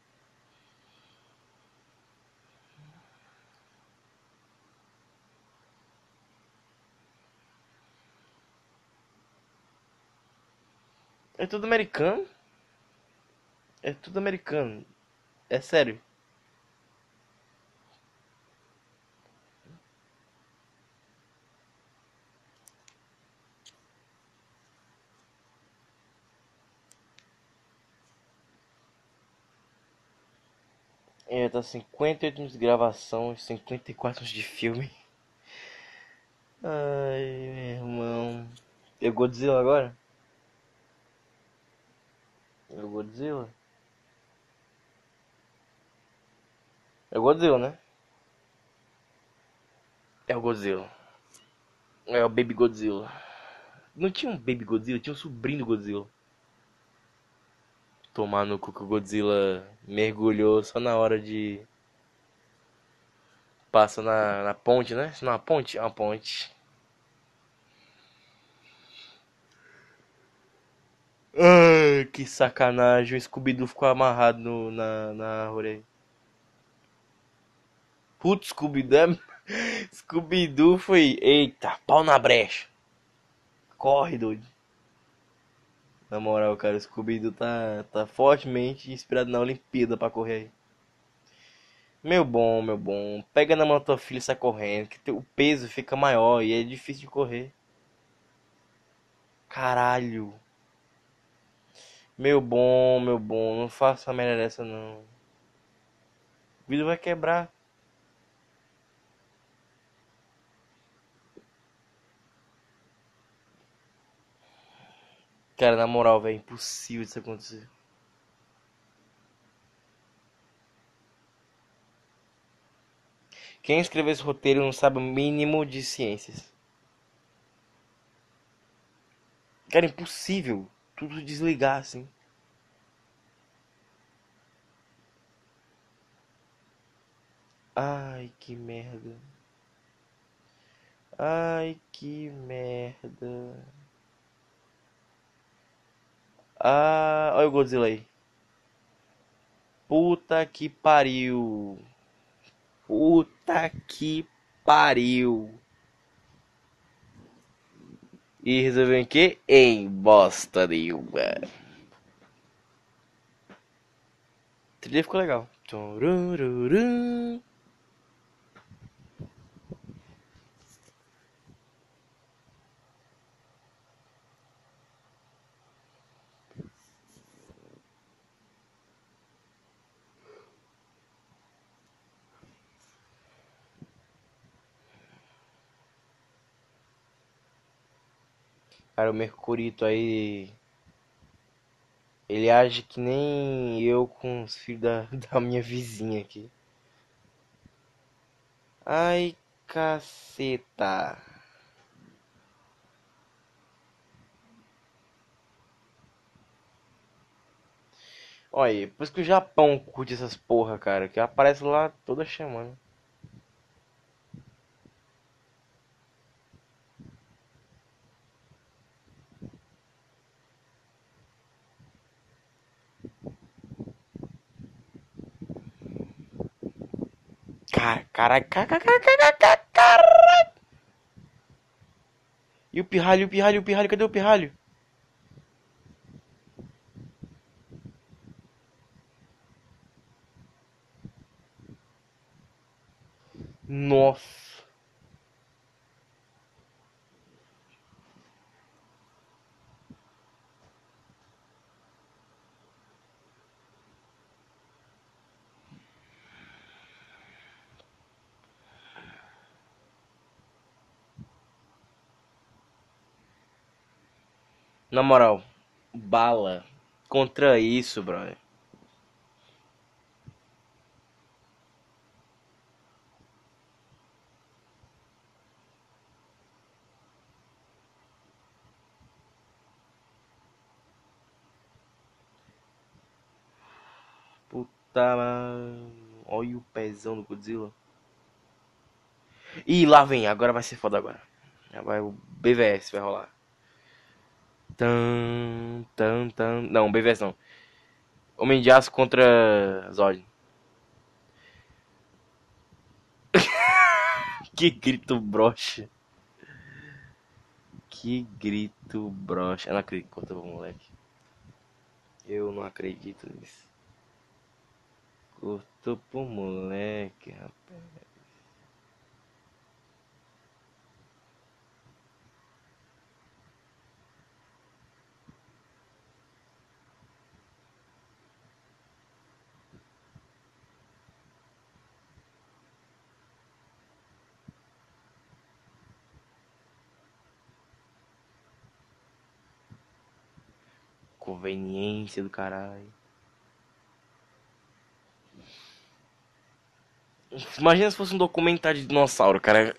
É tudo americano? É tudo americano. É sério. É, tá cinquenta e oito minutos de gravação e cinquenta e quatro minutos de filme. Ai, meu irmão. É o Godzilla agora? É o Godzilla? É o Godzilla, né? É o Godzilla. É o Baby Godzilla. Não tinha um Baby Godzilla, tinha um sobrinho do Godzilla. Tomar no cu que o Godzilla mergulhou só na hora de. Passa na, na ponte, né? Não, é uma ponte? É uma ponte. Ai, que sacanagem. O Scooby-Doo ficou amarrado no, na, na árvore aí. Putz, Scooby-Doo. é- Scooby-Doo foi. Eita, pau na brecha. Corre, doido. Na moral, cara, o Scooby-Doo tá, tá fortemente inspirado na Olimpíada pra correr aí. Meu bom, meu bom. Pega na mão da tua filha e sai correndo, que teu- o peso fica maior e é difícil de correr. Caralho. Meu bom, meu bom. Não faça uma merda dessa, não. O vidro vai quebrar. Cara, na moral, velho, é impossível isso acontecer. Quem escreveu esse roteiro não sabe o mínimo de ciências. Cara, é impossível tudo desligar assim. Ai, que merda. Ai, que merda. Ah, olha o Godzilla aí. Puta que pariu. Puta que pariu. E resolveu em quê? Em bosta nenhuma. A trilha ficou legal. Turururu. Cara, o Mercurito aí. Ele age que nem eu com os filhos da, da minha vizinha aqui. Ai, caceta. Olha, por isso que o Japão curte essas porra, cara, que aparece lá toda semana. Cara, cara, cara, cara, cara, cara, cara. E o pirralho, o pirralho, o pirralho, cadê o pirralho? Nossa. Na moral, bala contra isso, brother. Puta, mano. Olha o pezão do Godzilla. Ih, lá vem, agora vai ser foda agora. Vai, o B V S vai rolar. Tan, tan, tan. Não, B V S não. Homem de Aço contra Zod. Que grito broxa. Que grito broxa. Eu não acredito que cortou pro moleque. Eu não acredito nisso. Cortou pro moleque, rapaz. Conveniência do caralho. Imagina se fosse um documentário de dinossauro, cara.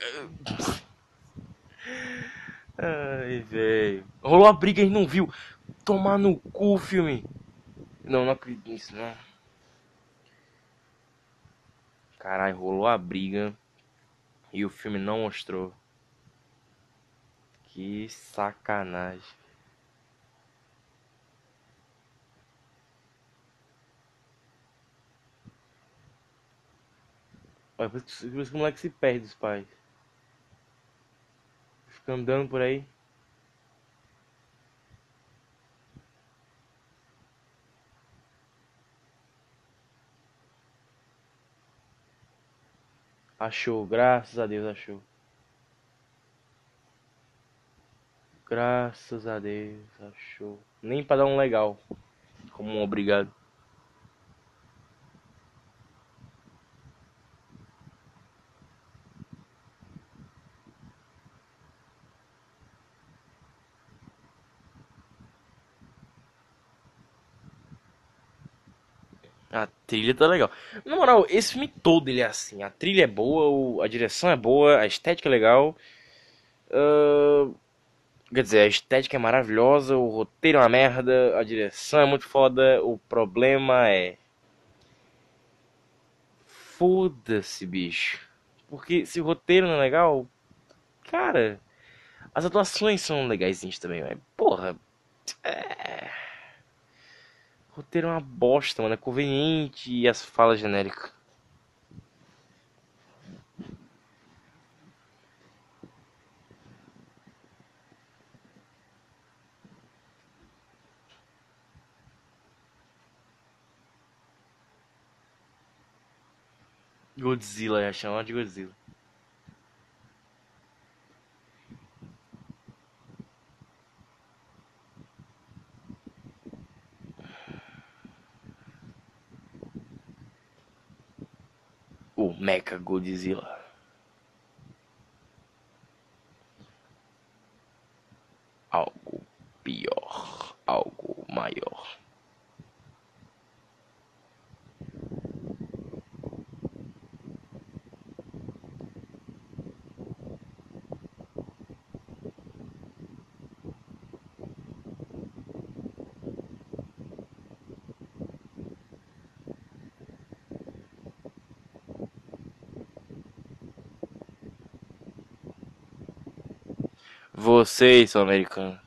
Ai, velho. Rolou a briga e a gente não viu. Tomar no cu o filme. Não, não acredito nisso, não. Caralho, rolou a briga e o filme não mostrou. Que sacanagem. Olha, por isso por isso que o moleque se perde dos pais. Fica andando por aí. Achou, graças a Deus achou. Graças a Deus achou. Nem pra dar um legal. Como um obrigado. A trilha tá legal. Na moral, esse filme todo ele é assim. A trilha é boa, o- a direção é boa, a estética é legal. Ahn, quer dizer, a estética é maravilhosa, o roteiro é uma merda, a direção é muito foda. O problema é. Foda-se, bicho. Porque se o roteiro não é legal, cara, as atuações são legaisinhas também, mas porra, é. O roteiro é uma bosta, mano. É conveniente e as falas genéricas. Godzilla, já chama de Godzilla. O Mecha Godzilla. Algo pior, algo maior. Vocês são americanos.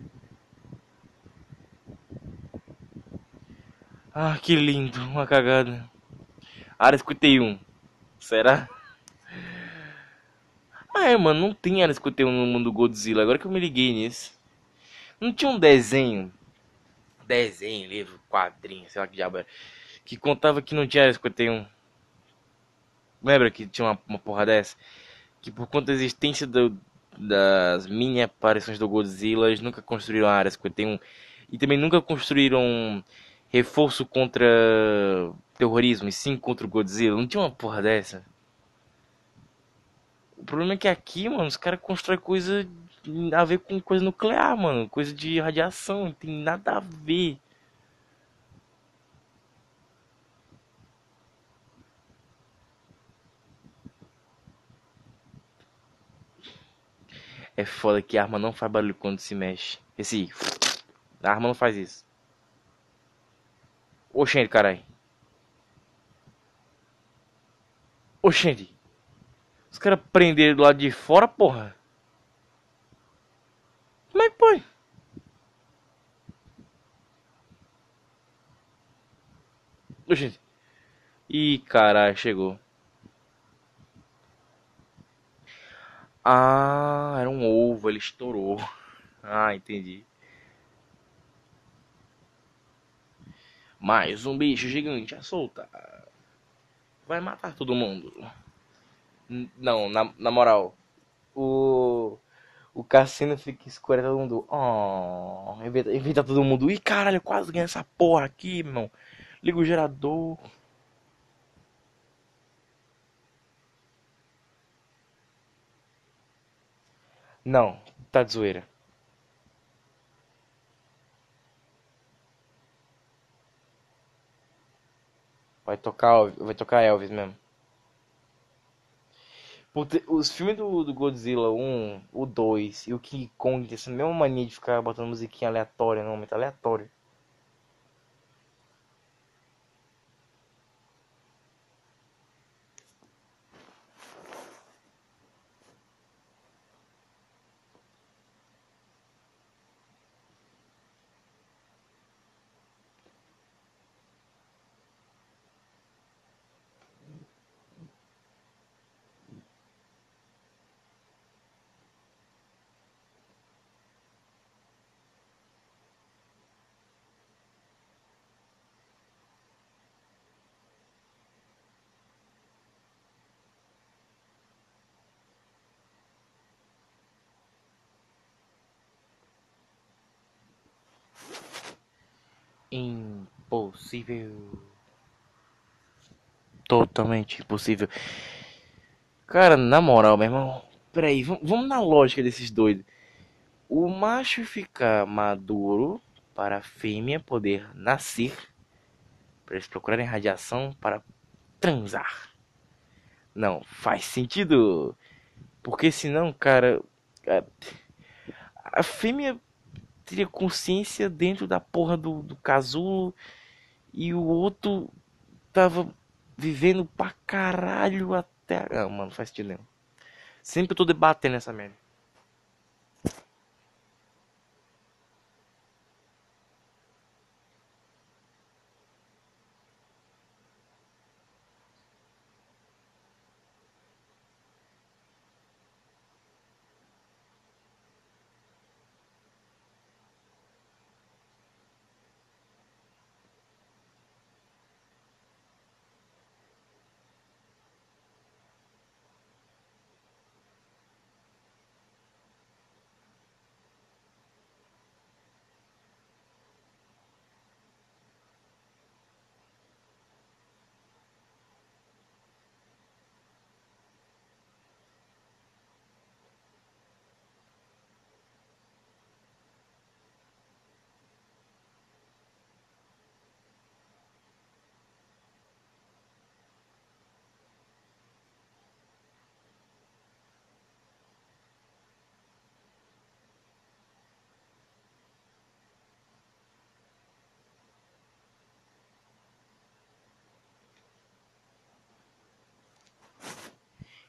Ah, que lindo, uma cagada. Área cinquenta e um. Será? Ah, é, mano, não tem Área cinquenta e um no mundo Godzilla. Agora que eu me liguei nisso. Não tinha um desenho. Desenho, livro, quadrinho, sei lá que diabo era. Que contava que não tinha Área cinquenta e um. Lembra que tinha uma, uma porra dessa? Que por conta da existência do- das mini aparições do Godzilla, eles nunca construíram a Área cinquenta e um. E um. E também nunca construíram reforço contra terrorismo, e sim contra o Godzilla. Não tinha uma porra dessa? O problema é que aqui, mano, os caras constroem coisa a ver com coisa nuclear, mano. Coisa de radiação, não tem nada a ver. É foda que a arma não faz barulho quando se mexe. Esse. A arma não faz isso. Oxente, carai. Oxente. Os caras prenderam do lado de fora, porra. Como é que foi? Oxente. Ih, caralho, chegou. Ah, era um ovo, ele estourou. Ah, entendi. Mais um bicho gigante a soltar. Vai matar todo mundo. N- Não, na, na moral. O. O cassino fica escuro e todo mundo. Oh, inventa, inventa todo mundo. Ih, caralho, eu quase ganhei essa porra aqui, irmão. Liga o gerador. Não, tá de zoeira. Vai tocar, vai tocar Elvis mesmo. Puta, os filmes do, do Godzilla um, o dois e o King Kong tem essa mesma mania de ficar botando musiquinha aleatória, não, momento aleatório. Impossível. Totalmente impossível. Cara, na moral, meu irmão. Peraí, vamos, vamos na lógica desses doidos. O macho ficar maduro para a fêmea poder nascer, para eles procurarem radiação para transar. Não, faz sentido. Porque senão, cara, a, a fêmea teria consciência dentro da porra do, do casulo e o outro tava vivendo pra caralho até. Não, mano, não faz sentido nenhum. Sempre eu tô debatendo essa merda.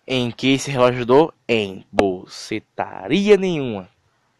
Em que esse relógio ajudou? Em bocetaria nenhuma.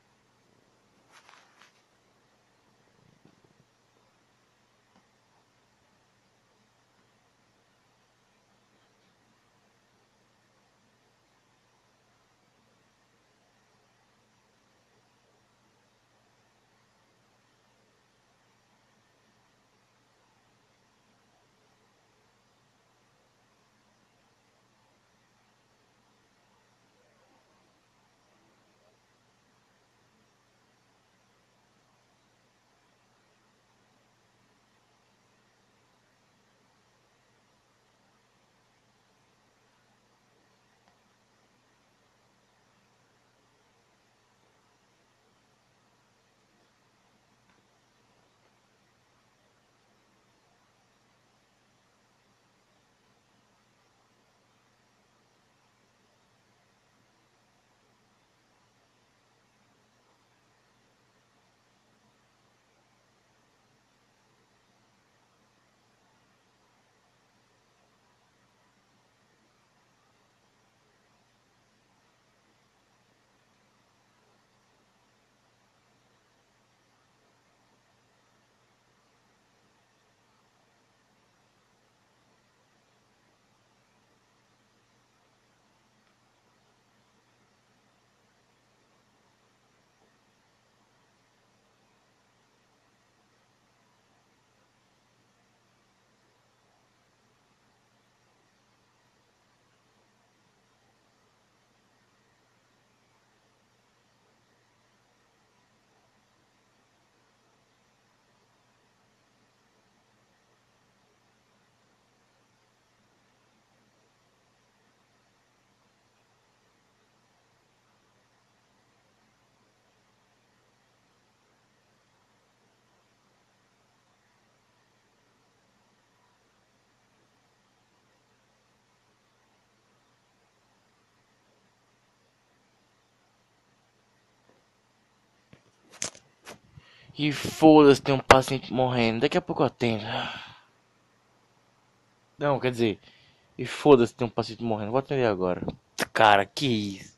E foda-se, tem um paciente morrendo. Daqui a pouco eu atendo. Não, quer dizer, e foda-se, tem um paciente morrendo. Vou atender agora. Cara, que isso?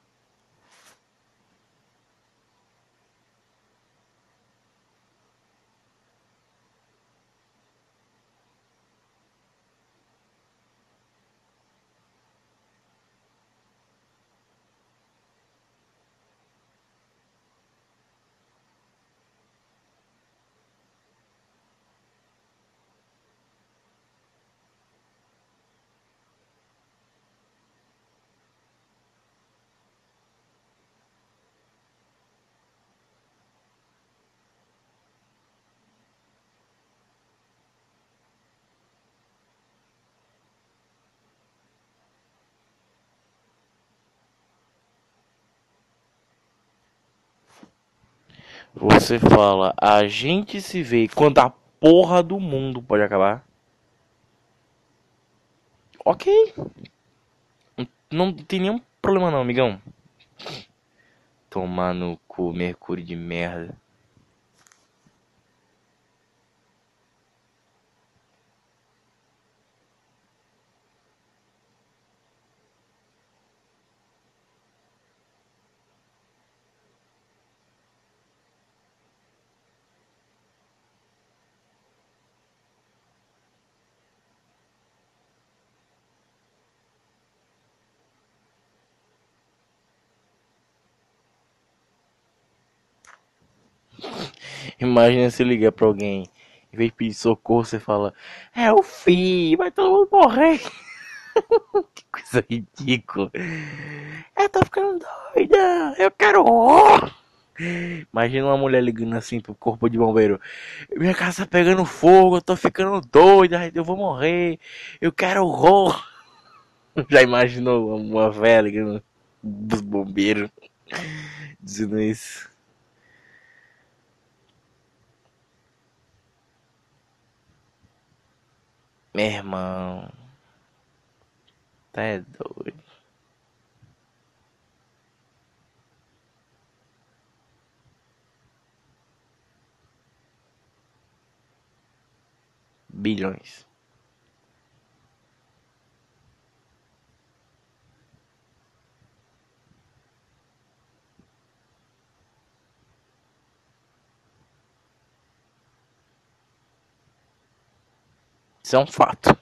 Você fala, a gente se vê quando a porra do mundo pode acabar. Ok, não tem nenhum problema não, amigão. Tomar no cu, Mercúrio de merda. Imagina se ligar pra alguém, em vez de pedir socorro, você fala, é o fim, vai todo mundo morrer. Que coisa ridícula. Eu tô ficando doida, eu quero horror. Imagina uma mulher ligando assim pro corpo de bombeiro. Minha casa tá pegando fogo, eu tô ficando doida, eu vou morrer, eu quero horror. Já imaginou uma velha ligando dos bombeiros dizendo isso? Meu irmão, tá é doido. Bilhões. Isso é um fato.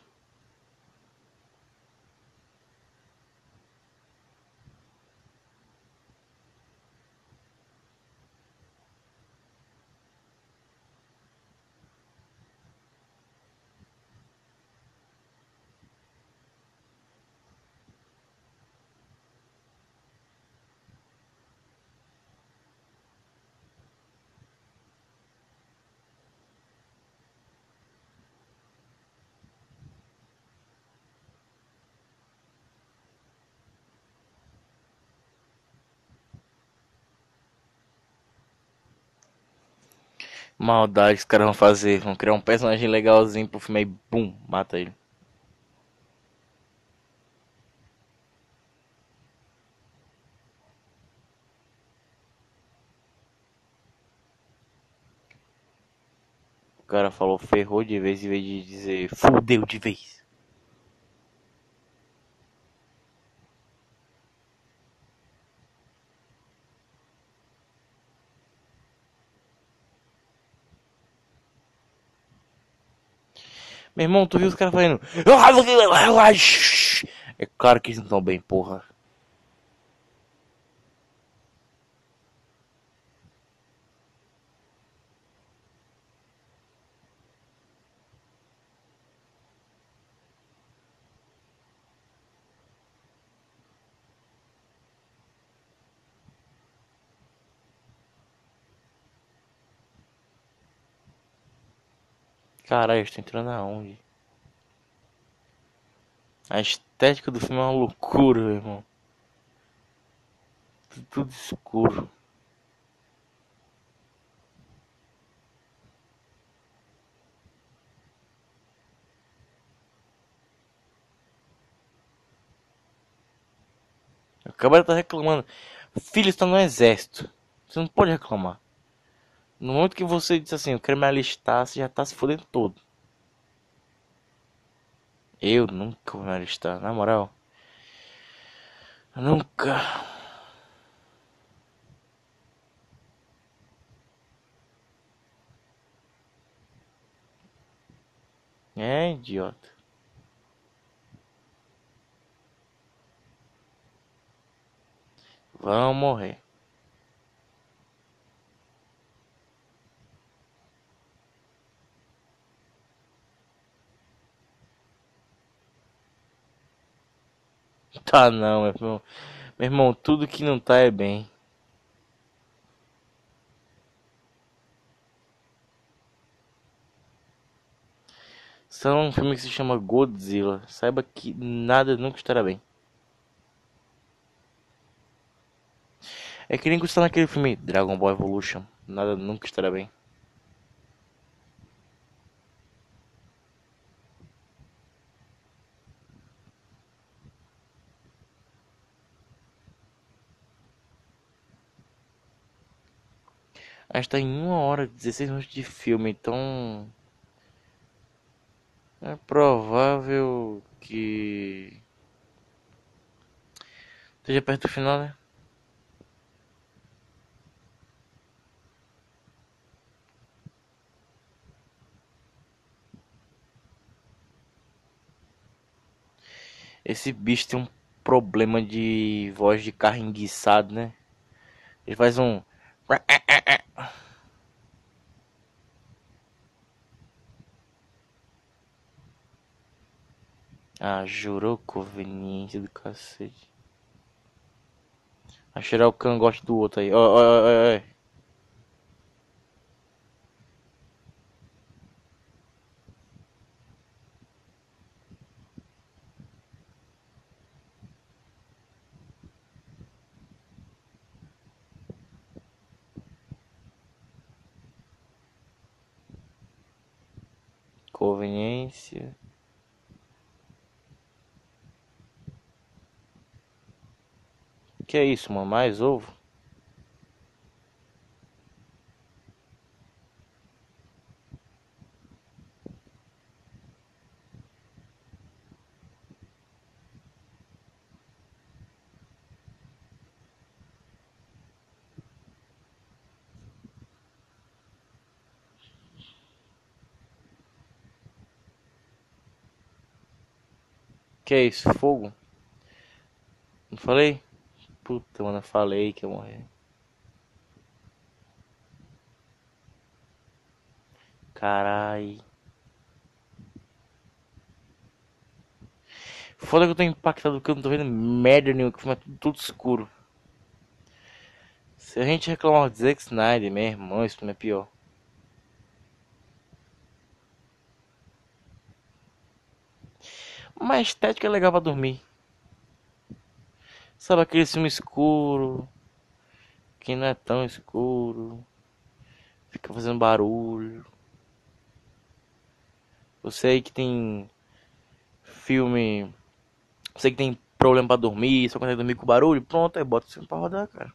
Maldade que os caras vão fazer. Vão criar um personagem legalzinho pro filme e bum, mata ele. O cara falou ferrou de vez em vez de dizer fudeu de vez. Meu irmão, tu viu os caras fazendo. É claro que eles não estão bem, porra. Caralho, eu estou entrando aonde? A estética do filme é uma loucura, meu irmão. Tudo, tudo escuro. O cara tá reclamando. Filho, está no exército. Você não pode reclamar. No momento que você diz assim, eu quero me alistar, você já tá se fodendo todo. Eu nunca vou me alistar, na moral. Nunca. É, idiota. Vão morrer. Tá não, meu irmão. Meu irmão, tudo que não tá é bem. São um filme que se chama Godzilla. Saiba que nada nunca estará bem. É que nem gostar naquele filme Dragon Ball Evolution. Nada nunca estará bem. A gente tá em uma hora e dezesseis minutos de filme, então é provável que esteja perto do final, né? Esse bicho tem um problema de voz de carro enguiçado, né? Ele faz um. Ah, jurou conveniente do cacete. A cheirar o cangote do outro aí. Ó, ó, ó, ó, ó. Conveniência. Que é isso, mano? Mais ovo? Que é isso? Fogo? Não falei? Puta, mano, eu falei que ia morrer. Carai. Foda que eu tô impactado que eu não tô vendo merda nenhuma, que o filme é tudo, tudo escuro. Se a gente reclamar de Zack Snyder, meu irmão, isso não é pior. Mas a estética é legal pra dormir. Sabe aquele filme escuro, que não é tão escuro, fica fazendo barulho. Você aí que tem filme, você que tem problema pra dormir, só consegue dormir com barulho, pronto, aí bota o filme pra rodar, cara.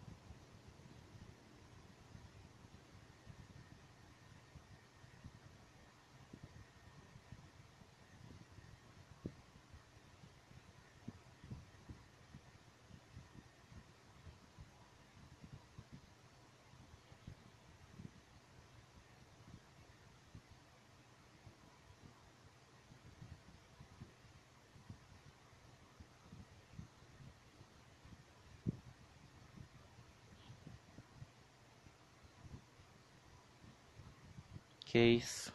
Que isso?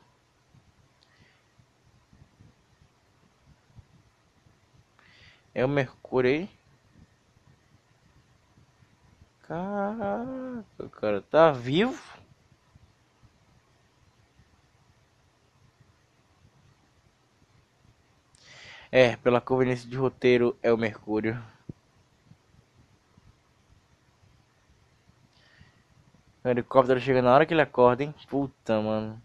É o Mercúrio aí? Caraca, o cara tá vivo? É, pela conveniência de roteiro, é o Mercúrio. O helicóptero chega na hora que ele acorda, hein? Puta, mano.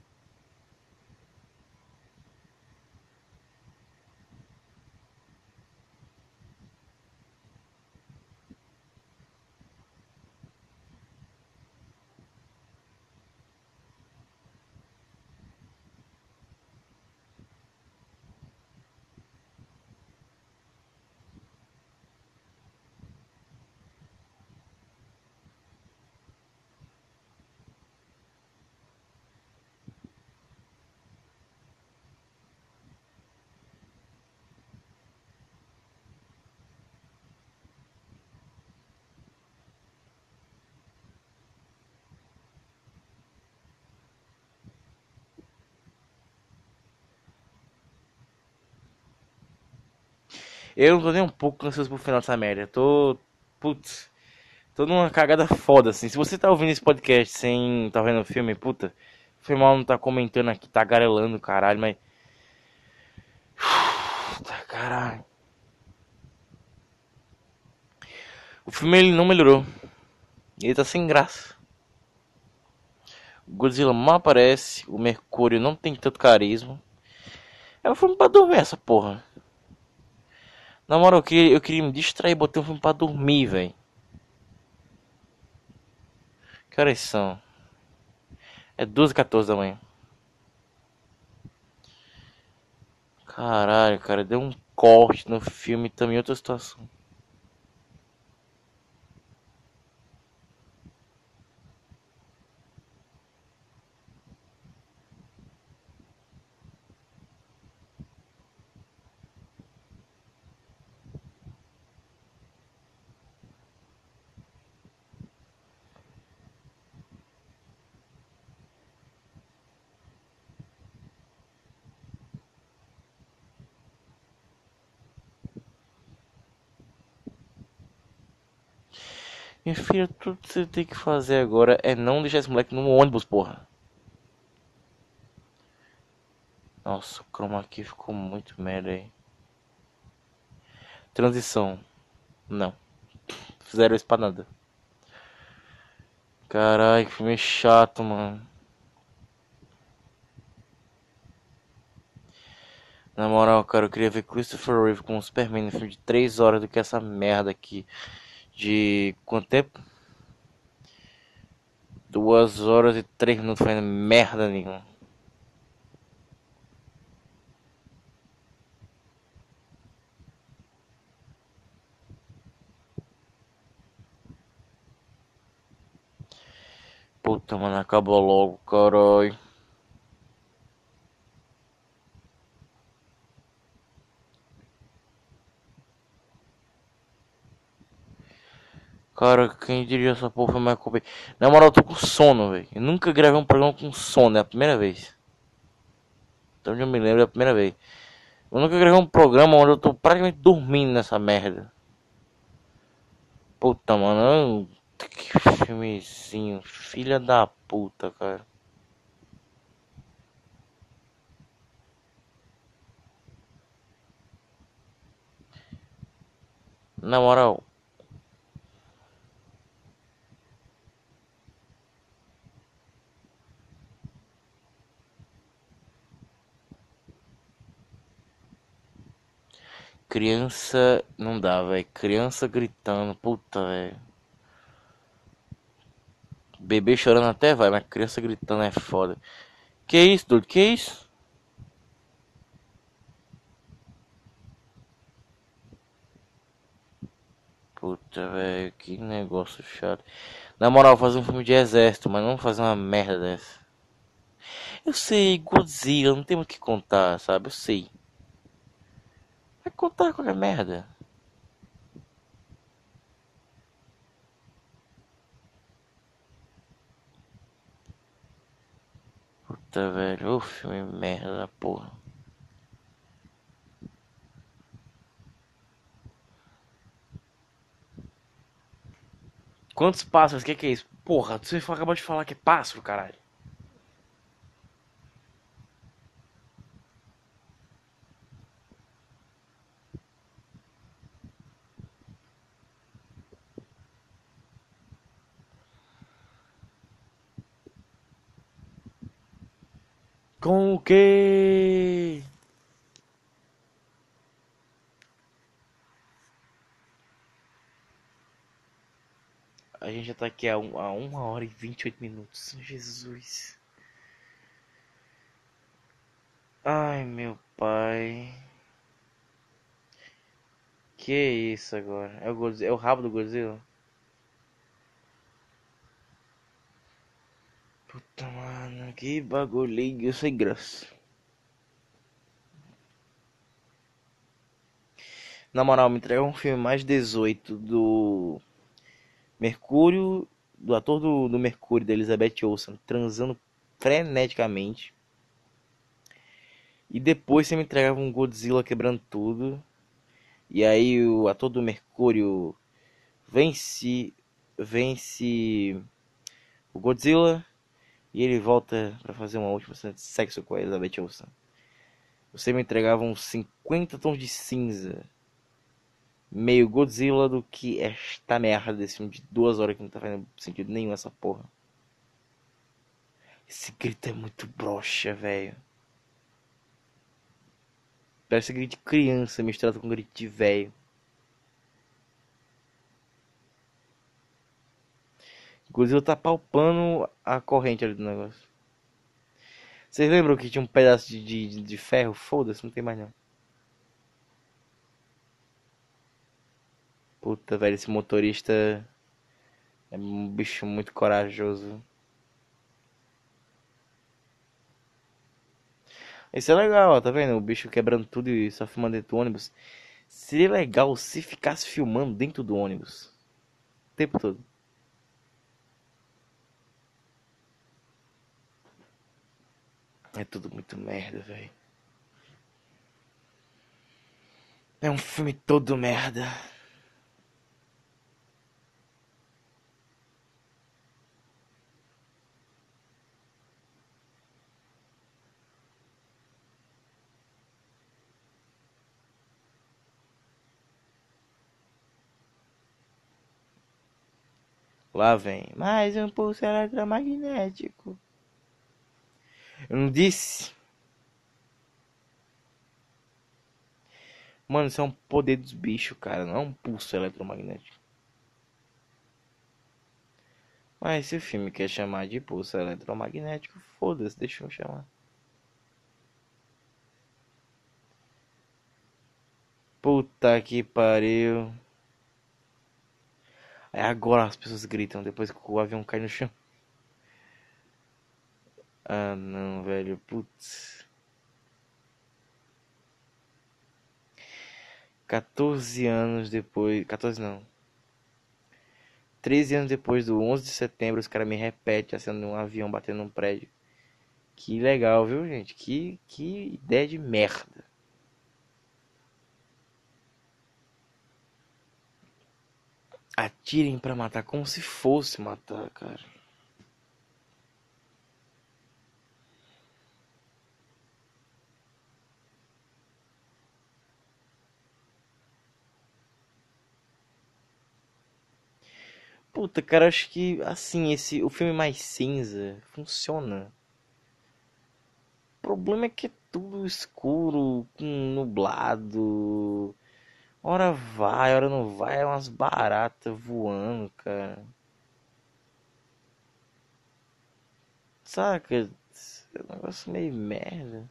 Eu não tô nem um pouco ansioso pro final dessa merda. Eu tô. Putz. Tô numa cagada foda, assim. Se você tá ouvindo esse podcast sem tá vendo o filme, puta. Foi mal não tá comentando aqui, tá garelando, caralho, mas. Puta, caralho. O filme ele não melhorou. Ele tá sem graça. O Godzilla mal aparece. O Mercúrio não tem tanto carisma. É um filme pra dormir essa porra. Na moral, eu queria, eu queria me distrair, botei um filme pra dormir, velho. Que horas são? É duas e quatorze da manhã. Caralho, cara, deu um corte no filme também, outra situação. Minha filha, tudo que você tem que fazer agora é não deixar esse moleque no ônibus, porra. Nossa, o chroma aqui ficou muito merda aí. Transição. Não. Fizeram isso pra nada. Caralho, que filme chato, mano. Na moral, cara, eu queria ver Christopher Reeve com o Superman no filme de três horas do que essa merda aqui. De quanto tempo? Duas horas e três minutos fazendo merda nenhuma. Puta, mano, acabou logo, caralho. Cara, quem diria essa porra foi o Michael Bay. Na moral, eu tô com sono, velho. Eu nunca gravei um programa com sono, é a primeira vez. Então eu me lembro, é a primeira vez. Eu nunca gravei um programa onde eu tô praticamente dormindo nessa merda. Puta, mano. Que filmezinho. Filha da puta, cara. Na moral. Criança não dá, velho. Criança gritando. Puta, velho. Bebê chorando até vai, mas criança gritando é foda. Que isso, doido? Que isso? Puta, velho, que negócio chato. Na moral, fazer um filme de exército, mas não fazer uma merda dessa. Eu sei, Godzilla, não tem muito o que contar, sabe? Eu sei. Vai contar qualquer merda. Puta, velho, ô filme merda da porra. Quantos pássaros? O que, que é isso? Porra, você acabou de falar que é pássaro, caralho. Com o quê? A gente já tá aqui há, um, há uma hora e vinte e oito minutos. Jesus. Ai, meu pai. Que isso agora? É o, Godzilla, é o rabo do Godzilla? Puta, mano, que bagulho sem graça. Na moral, me entrega um filme mais dezoito do Mercúrio, do ator do, do Mercúrio, da Elizabeth Olsen, transando freneticamente. E depois você me entregava um Godzilla quebrando tudo. E aí o ator do Mercúrio vence, vence o Godzilla e ele volta pra fazer uma última cena de sexo com a Elizabeth Olsen. Você me entregava uns cinquenta tons de cinza, meio Godzilla, do que esta merda desse filme de duas horas que não tá fazendo sentido nenhum essa porra. Esse grito é muito broxa, velho. Parece grito de criança misturado com grito de velho. Godzilla tá palpando a corrente ali do negócio. Vocês lembram que tinha um pedaço de, de, de ferro? Foda-se, não tem mais não. Puta, velho, esse motorista é um bicho muito corajoso. Isso é legal, ó, tá vendo? O bicho quebrando tudo e só filmando dentro do ônibus. Seria legal se ficasse filmando dentro do ônibus. O tempo todo. É tudo muito merda, velho. É um filme todo merda. Lá vem. Mais um pulso eletromagnético. Eu não disse? Mano, isso é um poder dos bichos, cara. Não é um pulso eletromagnético. Mas se o filme quer chamar de pulso eletromagnético, foda-se, deixa eu chamar. Puta que pariu. Aí agora as pessoas gritam depois que o avião cai no chão. Ah não, velho. Putz. quatorze anos depois. quatorze não. treze anos depois do onze de setembro, os caras me repetem a cena de um avião batendo num prédio. Que legal, viu, gente? Que, que ideia de merda. Atirem pra matar como se fosse matar, cara. Puta, cara, acho que assim, esse o filme mais cinza funciona. O problema é que é tudo escuro, com nublado. Hora vai, hora não vai, é umas baratas voando, cara. Saca? É um negócio meio merda.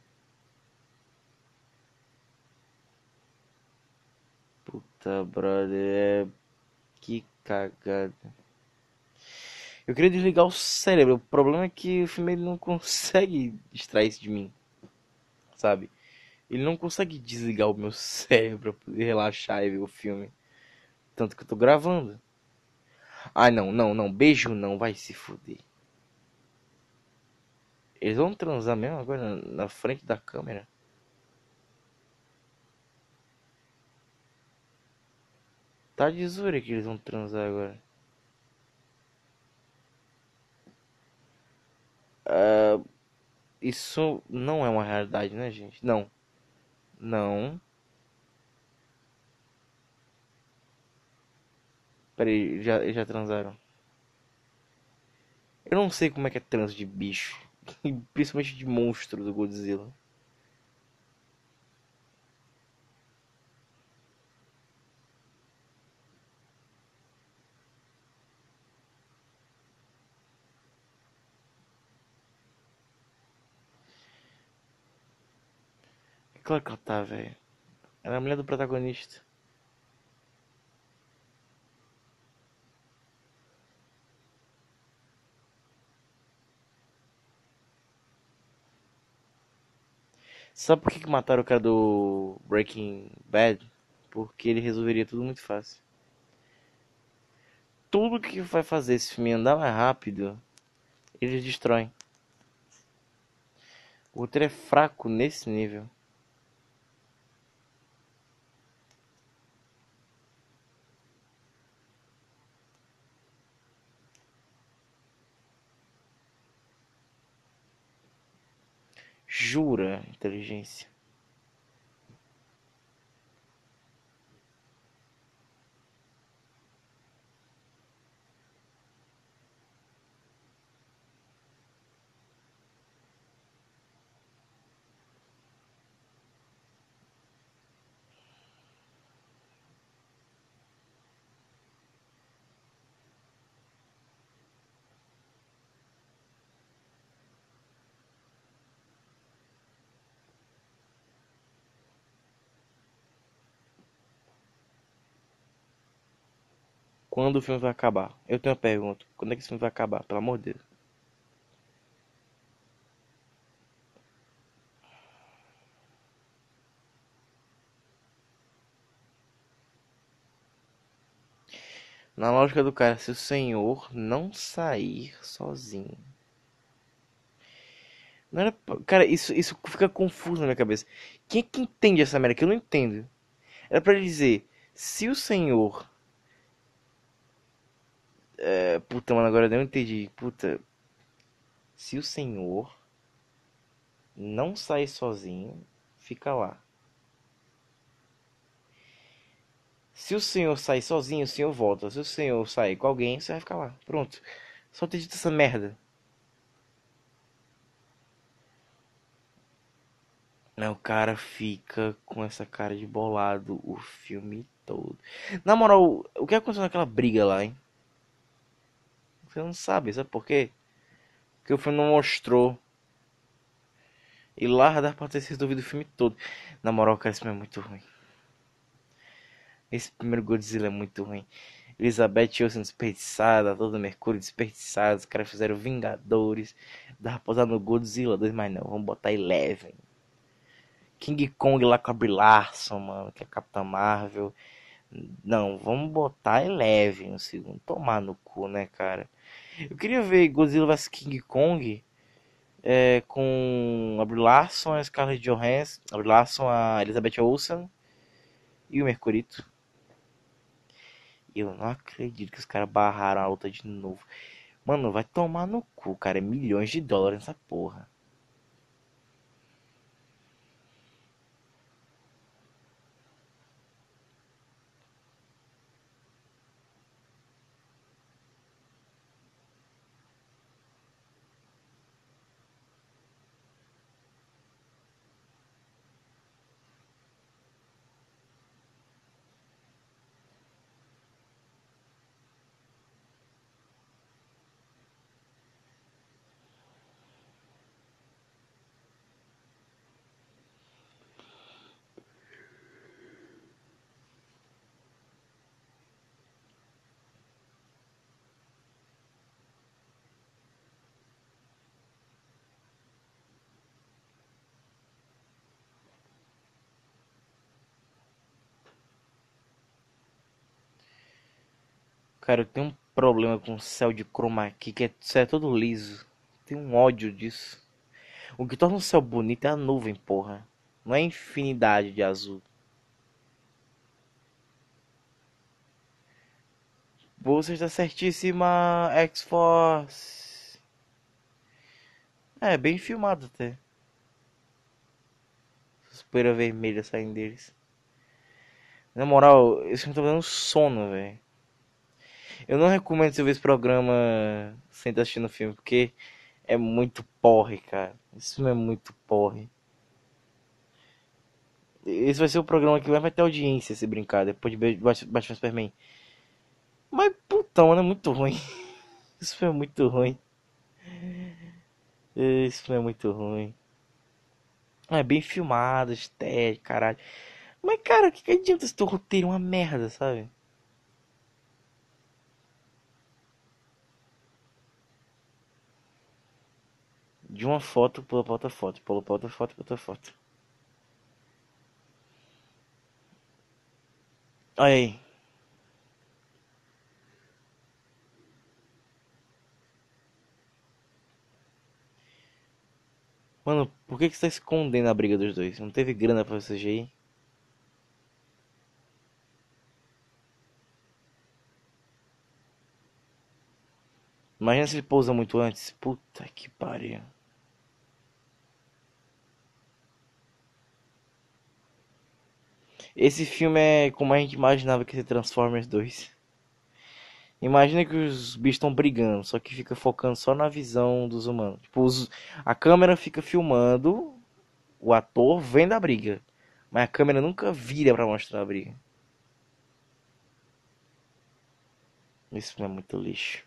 Puta, brother, é... que cagada. Eu queria desligar o cérebro. O problema é que o filme ele não consegue extrair isso de mim, sabe? Ele não consegue desligar o meu cérebro pra poder relaxar e ver o filme. Tanto que eu tô gravando. Ai, não, não, não. Beijo não, vai se fuder. Eles vão transar mesmo agora na, na frente da câmera? Tá de zoeira que eles vão transar agora. Ah, isso não é uma realidade, né, gente? Não. Não. Peraí, já, já transaram. Eu não sei como é que é trans de bicho. Principalmente de monstro do Godzilla. É claro que ela tá, velho. Ela é a mulher do protagonista. Sabe por que que mataram o cara do Breaking Bad? Porque ele resolveria tudo muito fácil. Tudo que vai fazer esse filme andar mais rápido, eles destroem. O roteiro é fraco nesse nível. Jura, inteligência. Quando o filme vai acabar? Eu tenho uma pergunta. Quando é que esse filme vai acabar? Pelo amor de Deus. Na lógica do cara, se o senhor não sair sozinho. Não era. Cara, isso, isso fica confuso na minha cabeça. Quem é que entende essa merda? Que eu não entendo. Era pra ele dizer: se o senhor. É, puta, mano, agora eu não entendi. Puta. Se o senhor não sair sozinho, fica lá. Se o senhor sair sozinho, o senhor volta. Se o senhor sair com alguém, você vai ficar lá. Pronto. Só ter dito essa merda. Não, o cara fica com essa cara de bolado o filme todo. Na moral, o que aconteceu naquela briga lá, hein? Você não sabe, sabe por quê? Porque o filme não mostrou. E lá dá pra ter se resolvido o filme todo. Na moral, cara, esse filme é muito ruim. Esse primeiro Godzilla é muito ruim. Elizabeth Olsen desperdiçada, todo Mercúrio desperdiçado. Os caras fizeram Vingadores. Dava pra usar no Godzilla dois, mas não, vamos botar Eleven. King Kong lá com a Brie Larson, mano, que é a Capitã Marvel. Não, vamos botar Eleven no segundo. Tomar no cu, né, cara? Eu queria ver Godzilla vs King Kong é, com a Brie Larson, a Scarlett Johansson, a Brie Larson, a Elizabeth Olsen e o Mercurito. Eu não acredito que os caras barraram a luta de novo. Mano, vai tomar no cu, cara. É milhões de dólares nessa porra. Cara, eu tenho um problema com o céu de chroma key, que é, o céu é todo liso. Tenho um ódio disso. O que torna o céu bonito é a nuvem, porra. Não é a infinidade de azul. Você está certíssima, X-Force. É, bem filmado até. As poeiras vermelhas saindo deles. Na moral, esse filme tá dando sono, velho. Eu não recomendo você ver esse programa sem estar assistindo o filme, porque é muito porre, cara. Esse filme é muito porre. Esse vai ser o programa que vai ter audiência se brincar, depois de Batman vs Superman. Mas puta, mano, é muito ruim. Esse filme é muito ruim. Esse filme é muito ruim. É bem filmado, estético, caralho. Mas, cara, o que, que adianta se teu roteiro é uma merda, sabe? De uma foto, pula pra outra foto, pula pra outra foto, pra outra foto. Olha aí. Mano, por que, que você tá escondendo a briga dos dois? Não teve grana pra você ir? Imagina se ele pousa muito antes. Puta que pariu. Esse filme é como a gente imaginava que ia ser Transformers dois. Imagina que os bichos estão brigando, só que fica focando só na visão dos humanos. Tipo, os- a câmera fica filmando o ator vendo a briga. Mas a câmera nunca vira pra mostrar a briga. Isso é muito lixo.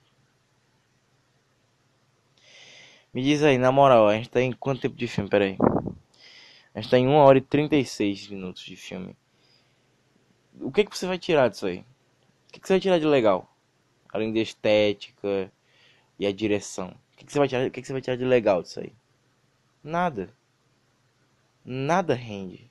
Me diz aí, na moral, a gente tá em quanto tempo de filme? Pera aí. A gente tá em uma hora e trinta e seis minutos de filme. O que que você vai tirar disso aí? O que que você vai tirar de legal? Além da estética e a direção. O que que você vai tirar, o que que você vai tirar de legal disso aí? Nada. Nada rende.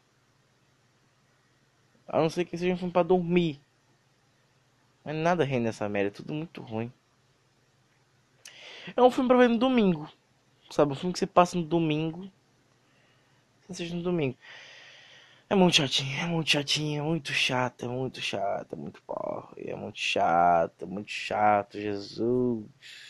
A não ser que seja um filme pra dormir. Mas nada rende nessa merda. É tudo muito ruim. É um filme pra ver no domingo. Sabe? Um filme que você passa no domingo. Você assiste no domingo. É muito chatinho, é muito chatinho, é muito chato, é muito chato, é muito porre, é muito chato, é muito chato, Jesus.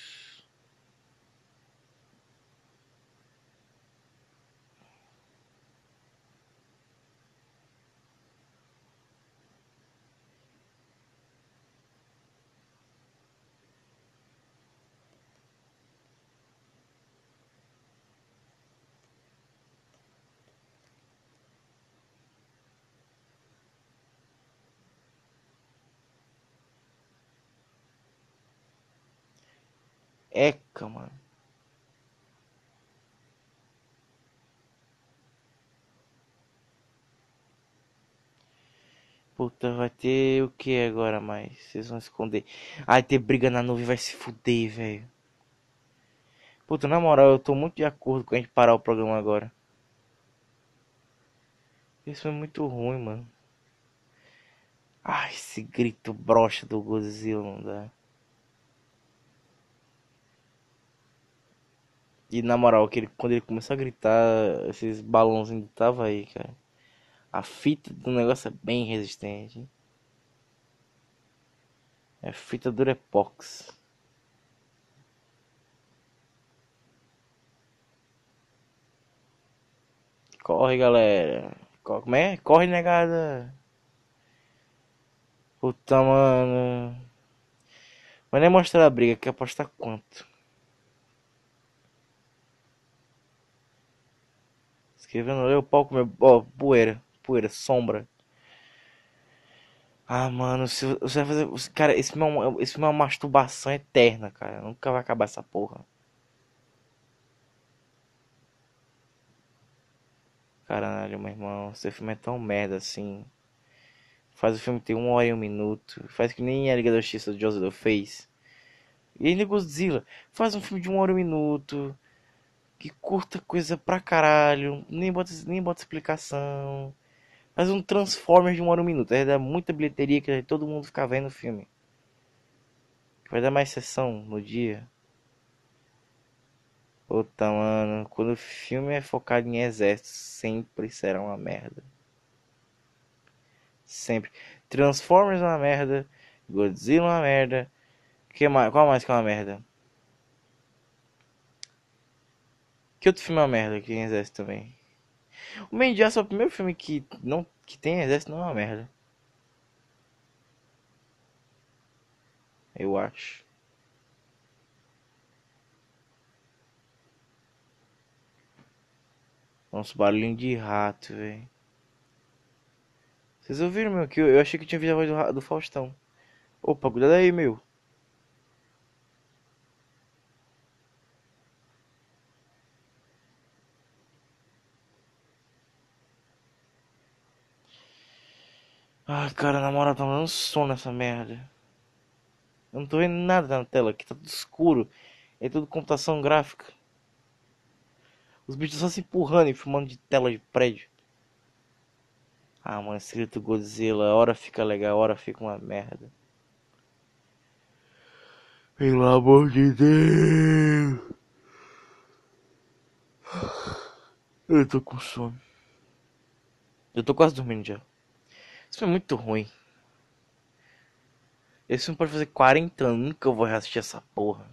Eca, mano. Puta, vai ter o que agora mais? Vocês vão esconder. Ai, ter briga na nuvem vai se fuder, velho. Puta, na moral, eu tô muito de acordo com a gente parar o programa agora. Isso é muito ruim, mano. Ai, esse grito broxa do Godzilla não dá. E na moral, que ele, quando ele começou a gritar, esses balãozinhos tava aí, cara. A fita do negócio é bem resistente. É fita Durepox. Corre, galera. Corre, como é? Corre, negada. Puta, mano. Mas nem mostrar a briga, quer apostar quanto? Escrevendo ali o palco, meu. Ó, oh, poeira. Poeira, sombra. Ah, mano, se você vai fazer. Cara, esse filme, é uma, esse filme é uma masturbação eterna, cara. Nunca vai acabar essa porra. Caralho, meu irmão. Esse filme é tão merda assim. Faz o filme ter uma hora e um minuto. Faz que nem a Liga da Justiça do Joss fez. E ainda Godzilla. Faz um filme de uma hora e um minuto. Que curta coisa pra caralho. Nem bota, nem bota explicação. Faz um Transformers de uma hora e um minuto. Aí dá muita bilheteria que aí todo mundo fica vendo o filme. Vai dar mais sessão no dia. Puta, mano. Quando o filme é focado em exército, sempre será uma merda. Sempre. Transformers é uma merda. Godzilla é uma merda. Que mais? Qual mais que é uma merda? Que outro filme é uma merda que tem exército também? O Homem de Aço é o primeiro filme que, não, que tem exército, não é uma merda. Eu acho. Nossa, barulhinho de rato, velho. Vocês ouviram, meu? Que eu, eu achei que tinha visto a voz do, ra- do Faustão. Opa, cuidado aí, meu. Ai, cara, na moral, tá me dando sono nessa merda. Eu não tô vendo nada na tela aqui, tá tudo escuro. É tudo computação gráfica. Os bichos só se empurrando e filmando de tela de prédio. Ah, mano, escrito Godzilla, hora fica legal, hora fica uma merda. Pelo amor de Deus. Eu tô com sono. Eu tô quase dormindo já. Isso é muito ruim. Esse filme pode fazer quarenta anos, nunca eu vou reassistir essa porra.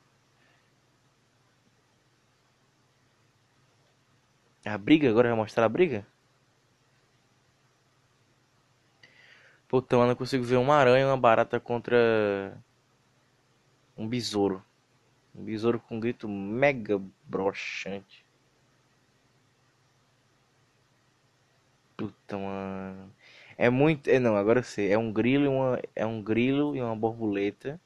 A briga? Agora vai mostrar a briga? Puta, mano, eu consigo ver uma aranha e uma barata contra um besouro. Um besouro com um grito mega broxante. Puta, mano. É muito. É, não, agora eu sei. É um grilo e uma, é um grilo e uma borboleta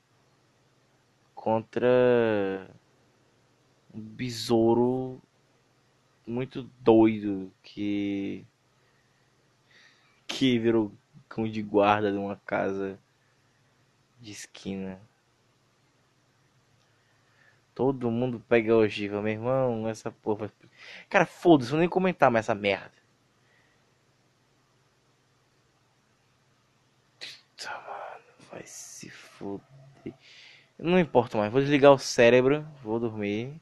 contra um besouro muito doido que. que virou cão de guarda de uma casa de esquina. Todo mundo pega a ogiva, meu irmão. Essa porra. Cara, foda-se, vou nem comentar mais essa merda. Tá, mano, vai se foder. Não importa mais, vou desligar o cérebro, vou dormir.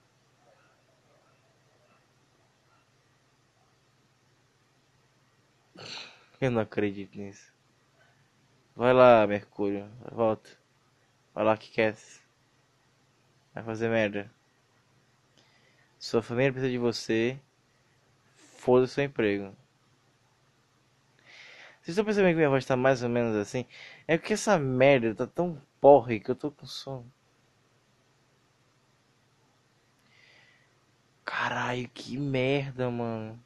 Eu não acredito nisso. Vai lá, Mercúrio, volta. Vai lá que quer. Vai fazer merda. Sua família precisa de você. Foda o seu emprego. Vocês estão percebendo que minha voz tá mais ou menos assim? É porque essa merda tá tão porre que eu tô com sono. Caralho, que merda, mano.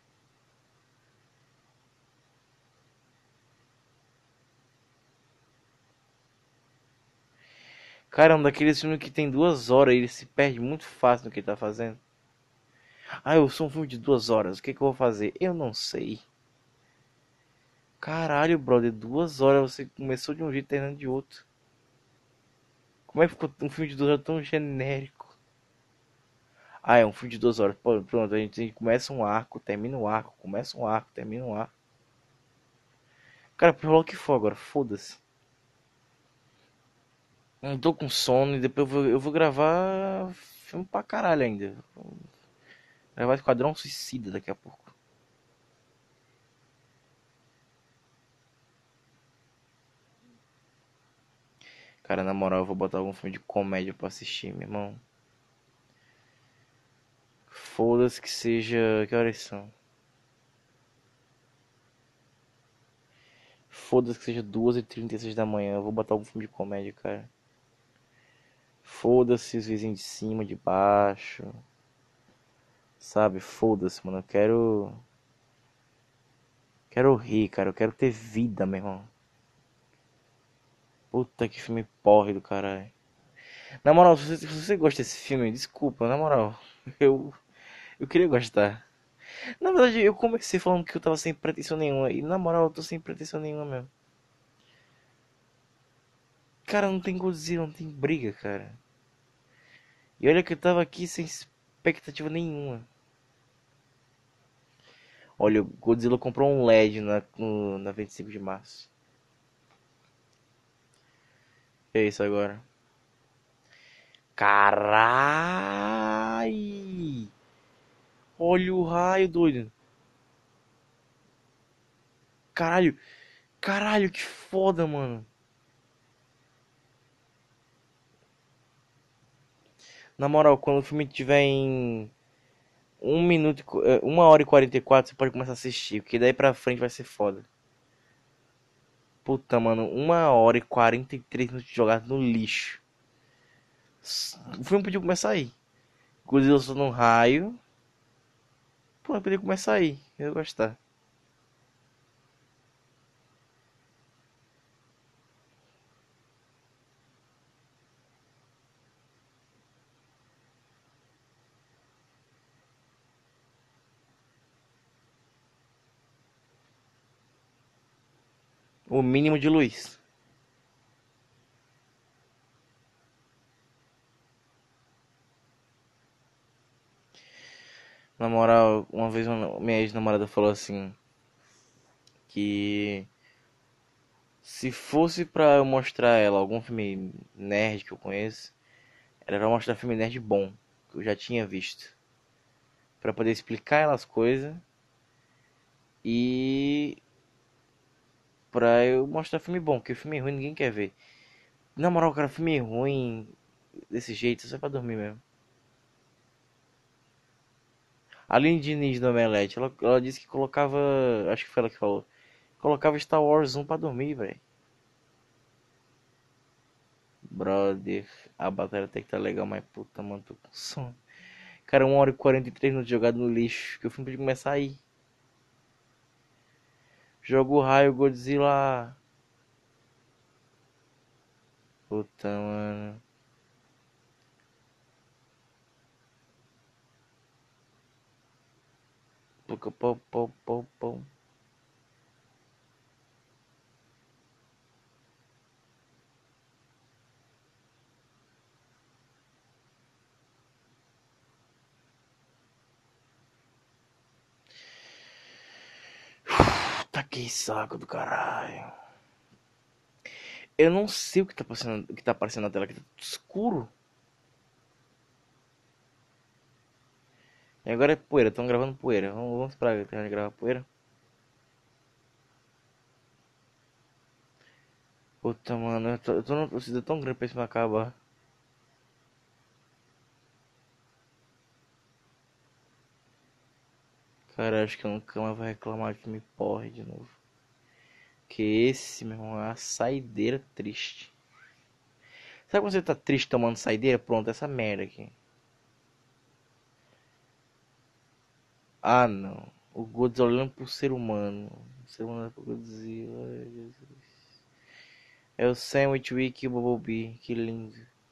Cara, é um daqueles filmes que tem duas horas e ele se perde muito fácil no que ele tá fazendo. Ah, eu sou um filme de duas horas, o que que eu vou fazer? Eu não sei. Caralho, brother, duas horas você começou de um jeito e terminando de outro. Como é que ficou um filme de duas horas tão genérico? Ah, é um filme de duas horas. Pô, pronto, a gente começa um arco, termina um arco, começa um arco, termina um arco. Cara, pelo que for agora, foda-se. Não tô com sono e depois eu vou, eu vou gravar filme pra caralho ainda. Vou gravar Esquadrão Suicida daqui a pouco. Cara, na moral, eu vou botar algum filme de comédia pra assistir, meu irmão. Foda-se que seja. Que horas são? Foda-se que seja duas e trinta e seis da manhã. Eu vou botar algum filme de comédia, cara. Foda-se os vizinhos de cima, de baixo. Sabe? Foda-se, mano. Eu quero. Quero rir, cara. Eu quero ter vida, meu irmão. Puta que filme porre do caralho. Na moral, se você, se você gosta desse filme, desculpa, na moral. Eu, eu queria gostar. Na verdade, eu comecei falando que eu tava sem pretensão nenhuma. E na moral, eu tô sem pretensão nenhuma mesmo. Cara, não tem Godzilla, não tem briga, cara. E olha que eu tava aqui sem expectativa nenhuma. Olha, o Godzilla comprou um L E D na, no, na vinte e cinco de março. E é isso agora. Carai! Olha o raio, doido. Caralho, caralho, que foda, mano. Na moral, quando o filme tiver em um minuto, e qu- eh, uma hora e quarenta e quatro, você pode começar a assistir, porque daí pra frente vai ser foda. Puta, mano, uma hora e quarenta e três minutos jogado no lixo. O filme podia começar aí. Godzilla soltando um raio. Pô, podia começar aí. Eu ia gostar. O mínimo de luz. Na moral, uma vez uma- minha ex-namorada falou assim que se fosse pra eu mostrar a ela algum filme nerd que eu conheço, era pra mostrar filme nerd bom, que eu já tinha visto. Pra poder explicar ela as coisas e pra eu mostrar filme bom, porque filme ruim ninguém quer ver. Na moral, cara, filme ruim desse jeito, só é pra dormir mesmo. A Aline Diniz do Omelete, ela, ela disse que colocava. Acho que foi ela que falou. Colocava Star Wars um pra dormir, velho. Brother, a batalha até que tá legal, mas puta, mano, tô com sono. Cara, uma hora e quarenta e três minutos jogado no lixo, que o filme podia começar aí. Joga o raio, Godzilla. Puta, mano. Puca, pô, pô, pô, pô. Puta que saco do caralho. Eu não sei o que tá passando, o que tá aparecendo na tela, que tá tudo escuro. E agora é poeira, estão gravando poeira. Vamos, vamos esperar terminar de gravar poeira. Puta, mano, eu tô, eu tô numa torcida tão grande pra isso não acabar. Cara, acho que eu nunca mais vou reclamar de filme porre de novo. Que esse, meu irmão, é uma saideira triste. Sabe quando você tá triste tomando saideira? Pronto, essa merda aqui. Ah, não. O Godzilla olhando pro ser humano. O ser humano é pro Godzilla. Ai, Jesus. É o Sandwich Wiki e o Bumblebee. Que lindo.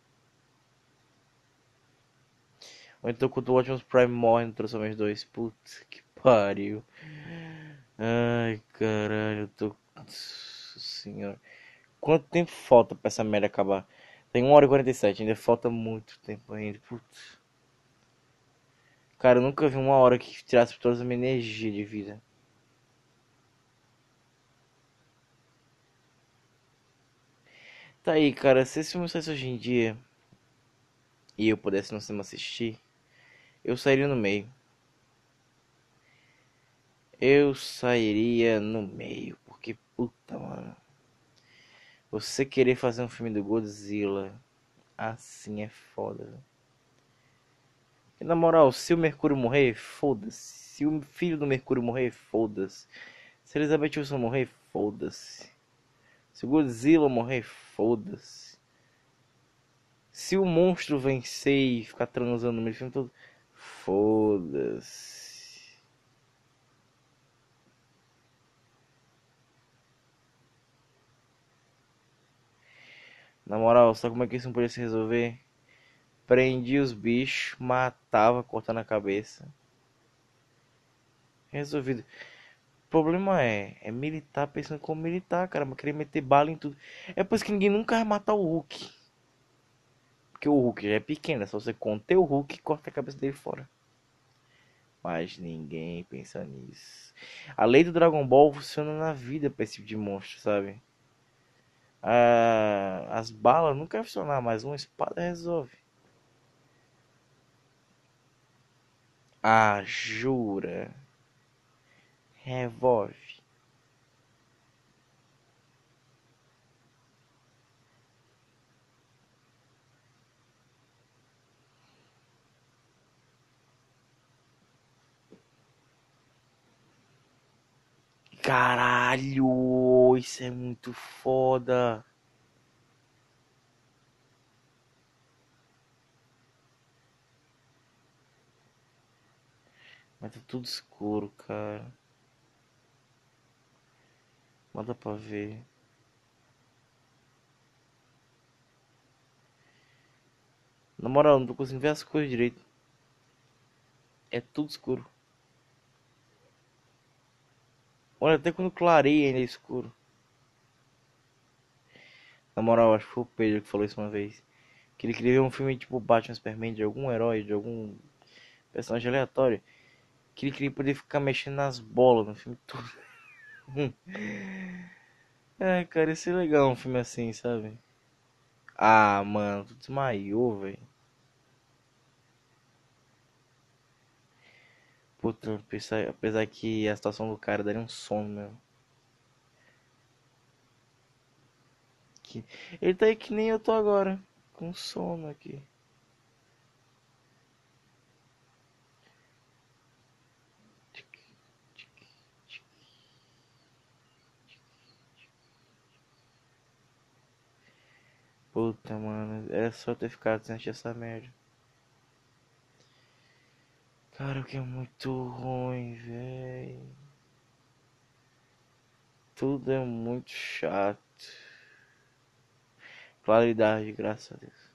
Ou então quando o Optimus Prime morre no Transformers dois. Putz, que pariu. Ai, caralho, eu tô. Nossa senhora. Quanto tempo falta pra essa merda acabar? Tem uma hora e quarenta e sete, ainda falta muito tempo ainda. Putz. Cara, eu nunca vi uma hora que tirasse toda a minha energia de vida. Tá aí, cara, se esse filme saísse hoje em dia e eu pudesse no cinema assistir, eu sairia no meio. Eu sairia no meio, porque puta, mano. Você querer fazer um filme do Godzilla assim é foda, velho. E na moral, se o Mercúrio morrer, foda-se. Se o filho do Mercúrio morrer, foda-se. Se Elizabeth Wilson morrer, foda-se. Se o Godzilla morrer, foda-se. Se o monstro vencer e ficar transando no meio do filme todo, foda-se. Na moral, sabe como é que isso não podia se resolver? Prendia os bichos, matava, cortando a cabeça. Resolvido. O problema é, é militar pensando como militar, cara, mas querer meter bala em tudo. É por isso que ninguém nunca vai matar o Hulk. Porque o Hulk já é pequeno, é só você conter o Hulk e corta a cabeça dele fora. Mas ninguém pensa nisso. A lei do Dragon Ball funciona na vida pra esse tipo de monstro, sabe? Ah, as balas nunca vai funcionar, mas uma espada resolve. Ah, jura? Revolve. Caralho, isso é muito foda. Mas tá tudo escuro, cara. Manda pra ver. Na moral, não tô conseguindo ver as coisas direito. É tudo escuro. Olha, até quando clareia ainda é escuro. Na moral, acho que foi o Pedro que falou isso uma vez. Que ele queria ver um filme tipo Batman Superman de algum herói, de algum personagem aleatório. Que ele queria poder ficar mexendo nas bolas no filme todo. É, cara, isso é legal um filme assim, sabe? Ah, mano, tu desmaiou, velho. Puta, apesar, apesar que a situação do cara daria um sono mesmo. Que... Ele tá aí que nem eu tô agora, com sono aqui. Puta, mano, era só ter ficado sem assistir essa merda. Cara, o que é muito ruim, velho. Tudo é muito chato. Claridade, graças a Deus.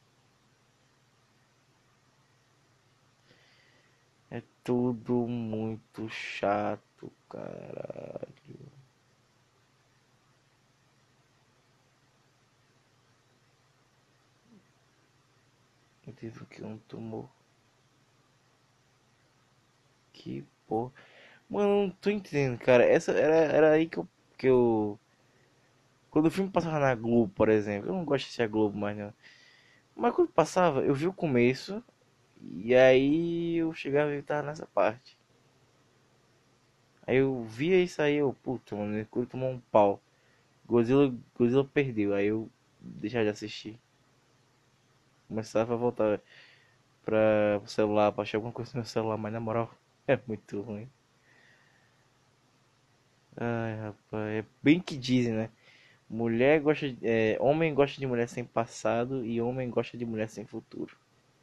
É tudo muito chato, caralho. Eu tive que um tumor. Que porra. Mano, não tô entendendo, cara. Essa era, era aí que eu, que eu. Quando o filme passava na Globo, por exemplo. Eu não gosto de assistir a Globo mais, não. Mas quando passava, eu vi o começo. E aí eu chegava e tava nessa parte. Aí eu via isso aí, eu, puta, mano, o Mercúrio tomou um pau. Godzilla, Godzilla perdeu. Aí eu deixava de assistir. Começava a voltar pra o celular, pra achar alguma coisa no meu celular, mas na moral, é muito ruim. Ai, rapaz, é bem que dizem, né? Mulher gosta de, é, homem gosta de mulher sem passado e homem gosta de mulher sem futuro.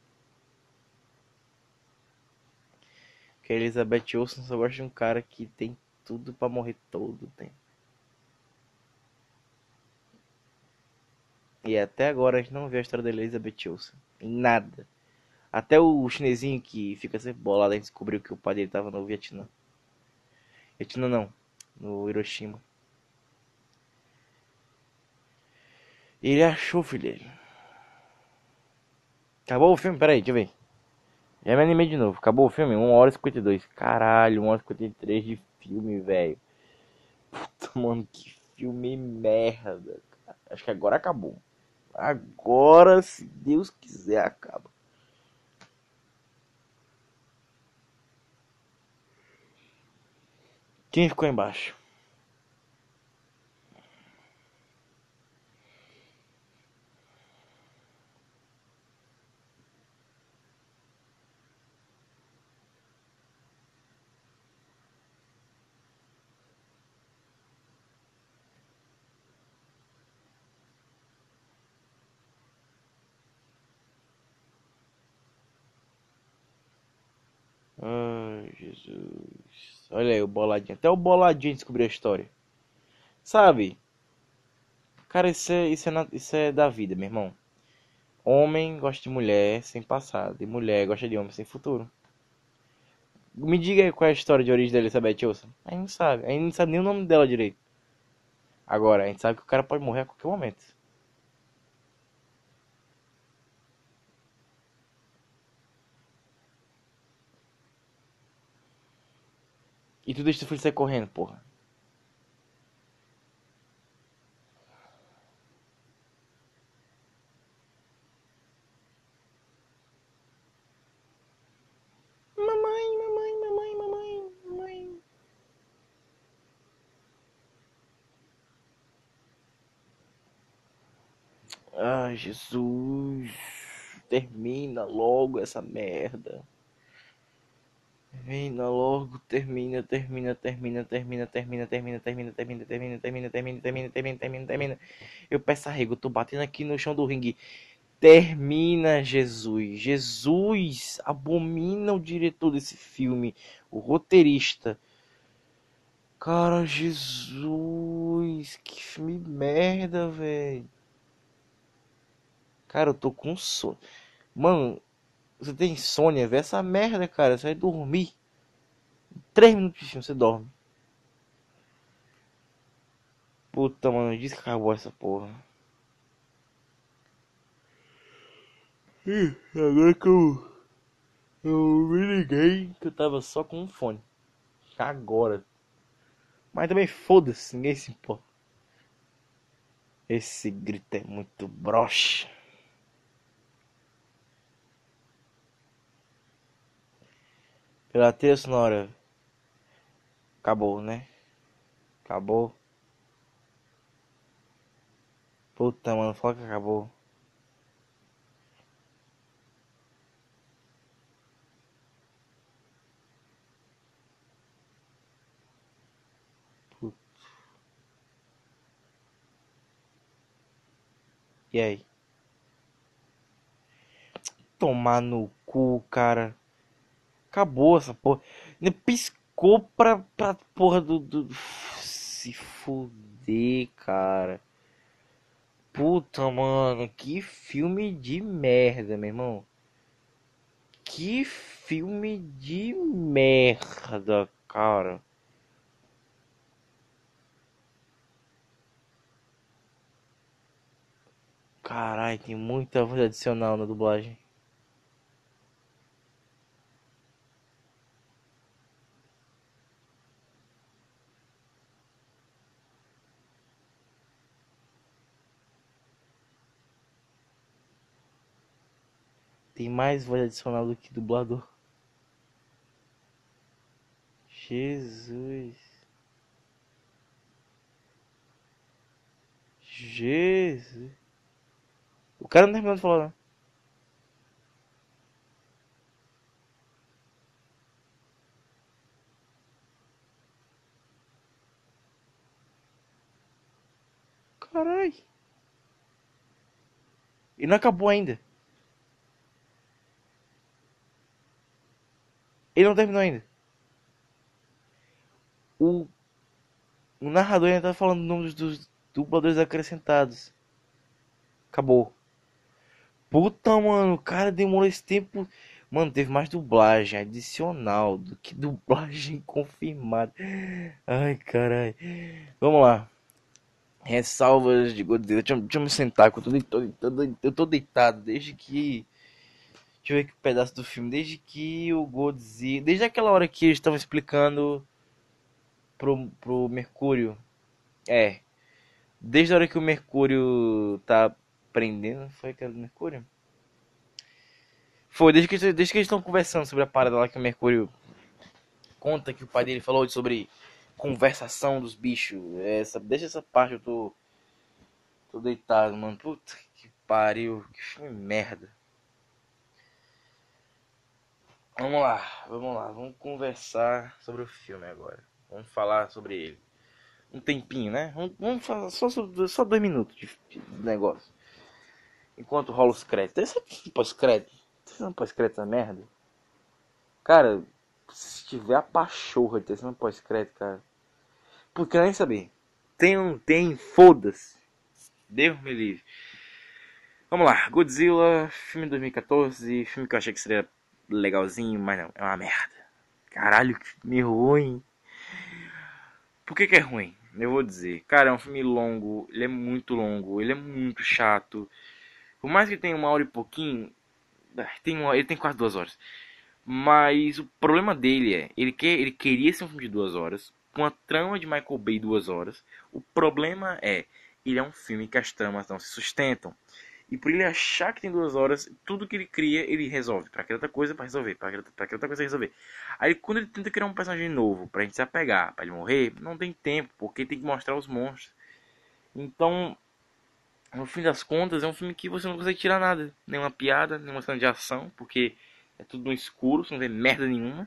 Que a Elizabeth Olsen só gosta de um cara que tem tudo pra morrer todo o tempo. E até agora a gente não vê a história da Elizabeth Olsen. Em nada. Até o chinesinho que fica sempre bolado, a gente descobriu que o pai dele tava no Vietnã. Vietnã não, no Hiroshima. E ele achou, filho dele. Acabou o filme? Pera aí, deixa eu ver. Já me animei de novo. Acabou o filme? uma hora e cinquenta e dois. Caralho, uma hora e cinquenta e três de filme, velho. Puta, mano, que filme merda. Acho que agora acabou. Agora, se Deus quiser, acaba. Quem ficou embaixo? Ai, Jesus. Olha aí o boladinho. Até o boladinho descobriu a história. Sabe? Cara, isso é, isso é, na- isso é da vida, meu irmão. Homem gosta de mulher sem passado. E mulher gosta de homem sem futuro. Me diga aí qual é a história de origem da Elizabeth Olsen. A gente não sabe. A gente não sabe nem o nome dela direito. Agora, a gente sabe que o cara pode morrer a qualquer momento. E tu deixa teu filho sair correndo, porra. Mamãe, mamãe, mamãe, mamãe, mamãe. Ai, Jesus. Termina logo essa merda. Termina logo, termina, termina, termina, termina, termina, termina, termina, termina, termina, termina, termina, termina, termina, termina, termina. Eu peço arrego, eu tô batendo aqui no chão do ringue. Termina, Jesus. Jesus abomina o diretor desse filme, o roteirista. Cara, Jesus, que filme merda, velho. Cara, eu tô com sono. Mano, você tem insônia, vê essa merda, cara. Você vai dormir. Três minutos de filme, você dorme. Puta, mano, diz que acabou essa porra. Ih, agora que eu, eu me liguei que eu tava só com um fone. Agora. Mas também foda-se, ninguém se importa. Esse grito é muito broxa. Pela trilha sonora. Acabou, né? Acabou. Puta, mano, fala que acabou. Puta. E aí? Tomar no cu, cara. Acabou essa porra. Ainda piscou pra, pra porra do, do. Se fuder, cara. Puta, mano. Que filme de merda, meu irmão. Que filme de merda, cara. Caralho, tem muita voz adicional na dublagem. Tem mais voz adicional do que dublador. Jesus. Jesus. O cara não terminou de falar, não. Caralho. E não acabou ainda. Ele não terminou ainda. O, o narrador ainda tá falando o nome dos, dos dubladores acrescentados. Acabou. Puta, mano, o cara demorou esse tempo. Mano, teve mais dublagem adicional do que dublagem confirmada. Ai, caralho. Vamos lá. Ressalvas de Godzilla. Deixa, eu- deixa eu me sentar, que eu tô deitado, eu tô deitado desde que. Deixa eu ver que pedaço do filme. Desde que o Godzilla. Desde aquela hora que eles estavam explicando pro, pro Mercúrio. É. Desde a hora que o Mercúrio tá prendendo, foi que era do Mercúrio? Foi, desde que, desde que eles estão conversando sobre a parada lá que o Mercúrio conta que o pai dele falou sobre conversação dos bichos. Essa, deixa essa parte, eu tô, tô deitado, mano. Puta que pariu, que filme merda. Vamos lá, vamos lá, vamos conversar sobre o filme agora. Vamos falar sobre ele. Um tempinho, né? Vamos, vamos falar só, só dois minutos de, de negócio. Enquanto rola os créditos. Esse é pós-crédito. Esse não é pós-crédito essa merda. Cara, se tiver a pachorra de ter esse pós-crédito, cara. Por que nem saber? Tem ou não tem? Foda-se. Deus me livre. Vamos lá. Godzilla, filme de dois mil e quatorze. Filme que eu achei que seria legalzinho, mas não. É uma merda. Caralho, que filme ruim. Por que que é ruim? Eu vou dizer. Cara, é um filme longo. Ele é muito longo. Ele é muito chato. Por mais que tenha uma hora e pouquinho. Tem uma, ele tem quase duas horas. Mas o problema dele é, ele, quer, ele queria ser um filme de duas horas, com a trama de Michael Bay duas horas. O problema é, ele é um filme que as tramas não se sustentam. E por ele achar que tem duas horas, tudo que ele cria, ele resolve. Pra aquela outra coisa, pra resolver. Pra aquela, pra aquela outra coisa, resolver. Aí quando ele tenta criar um personagem novo, pra gente se apegar, pra ele morrer, não tem tempo, porque tem que mostrar os monstros. Então, no fim das contas, é um filme que você não consegue tirar nada. Nenhuma piada, nenhuma cena de ação, porque é tudo no escuro, você não vê merda nenhuma.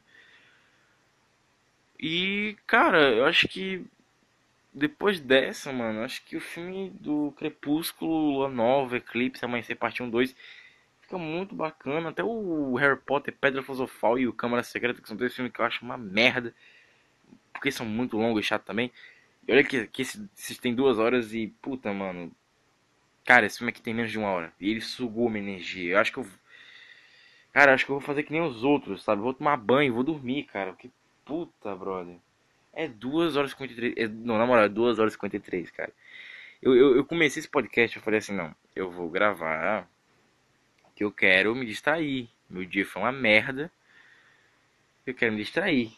E, cara, eu acho que depois dessa, mano, acho que o filme do Crepúsculo, Lua Nova, Eclipse, Amanhecer Parte um dois fica muito bacana. Até o Harry Potter, Pedra Filosofal e o Câmara Secreta, que são dois filmes que eu acho uma merda, porque são muito longos e chato também. E olha que, que esses, esses tem duas horas e, puta, mano, cara, esse filme aqui tem menos de uma hora. E ele sugou minha energia. Eu acho que eu. Cara, eu acho que eu vou fazer que nem os outros, sabe? Vou tomar banho, vou dormir, cara. Que puta, brother. É duas horas e cinquenta e três. É, não, na moral, é duas horas e cinquenta e três, cara. Eu, eu, eu comecei esse podcast, eu falei assim, não, eu vou gravar, que eu quero me distrair. Meu dia foi uma merda. Eu quero me distrair.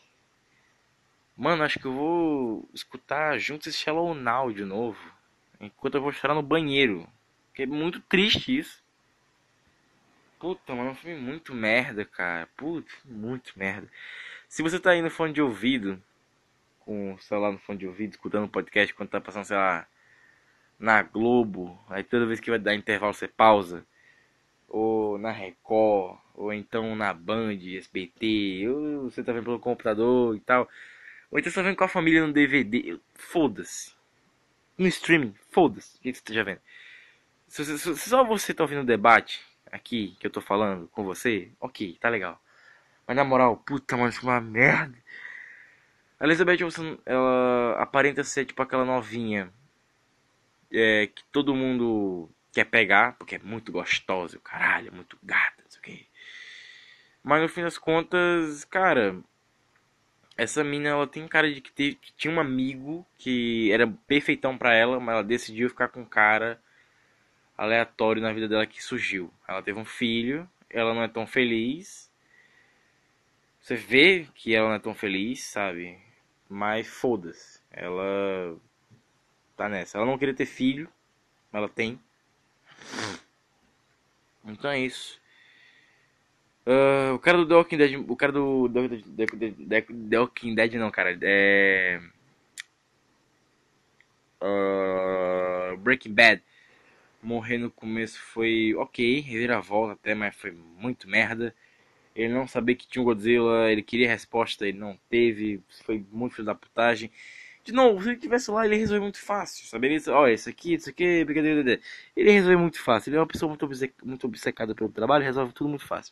Mano, acho que eu vou escutar juntos esse Shallow Now de novo. Enquanto eu vou chorar no banheiro. Que é muito triste isso. Puta, mano, é um filme muito merda, cara. Puta, muito merda. Se você tá aí no fone de ouvido, com o celular no fone de ouvido, escutando um podcast quando tá passando, sei lá, na Globo, aí toda vez que vai dar intervalo você pausa, ou na Record, ou então na Band, S B T, ou você tá vendo pelo computador e tal, ou então você tá vendo com a família no D V D, foda-se. No streaming, foda-se, o que você esteja vendo. Se, se, se só você tá ouvindo o debate aqui que eu tô falando com você, ok, tá legal. Mas na moral, puta, mano, isso é uma merda. A Elizabeth Olsen, ela aparenta ser tipo aquela novinha é, que todo mundo quer pegar, porque é muito gostosa, o caralho, é muito gata, não sei o que. Mas no fim das contas, cara, essa mina ela tem cara de que, te, que tinha um amigo que era perfeitão pra ela, mas ela decidiu ficar com um cara aleatório na vida dela que surgiu. Ela teve um filho, ela não é tão feliz. Você vê que ela não é tão feliz, sabe? Mas foda-se. Ela tá nessa. Ela não queria ter filho, mas ela tem. Então é isso. Uh, o cara do The Walking Dead. O cara do The, The, The, The Walking Dead não, cara. É. Uh, Breaking Bad. Morrer no começo foi ok, reviravolta até, mas foi muito merda. Ele não sabia que tinha um Godzilla, ele queria resposta, ele não teve, foi muito filho da putagem. De novo, se ele tivesse lá, ele resolveu muito fácil, sabe? Ele disse, olha, isso aqui, isso aqui, brincadeira. Ele resolveu muito fácil, ele é uma pessoa muito, obce- muito obcecada pelo trabalho, resolve tudo muito fácil.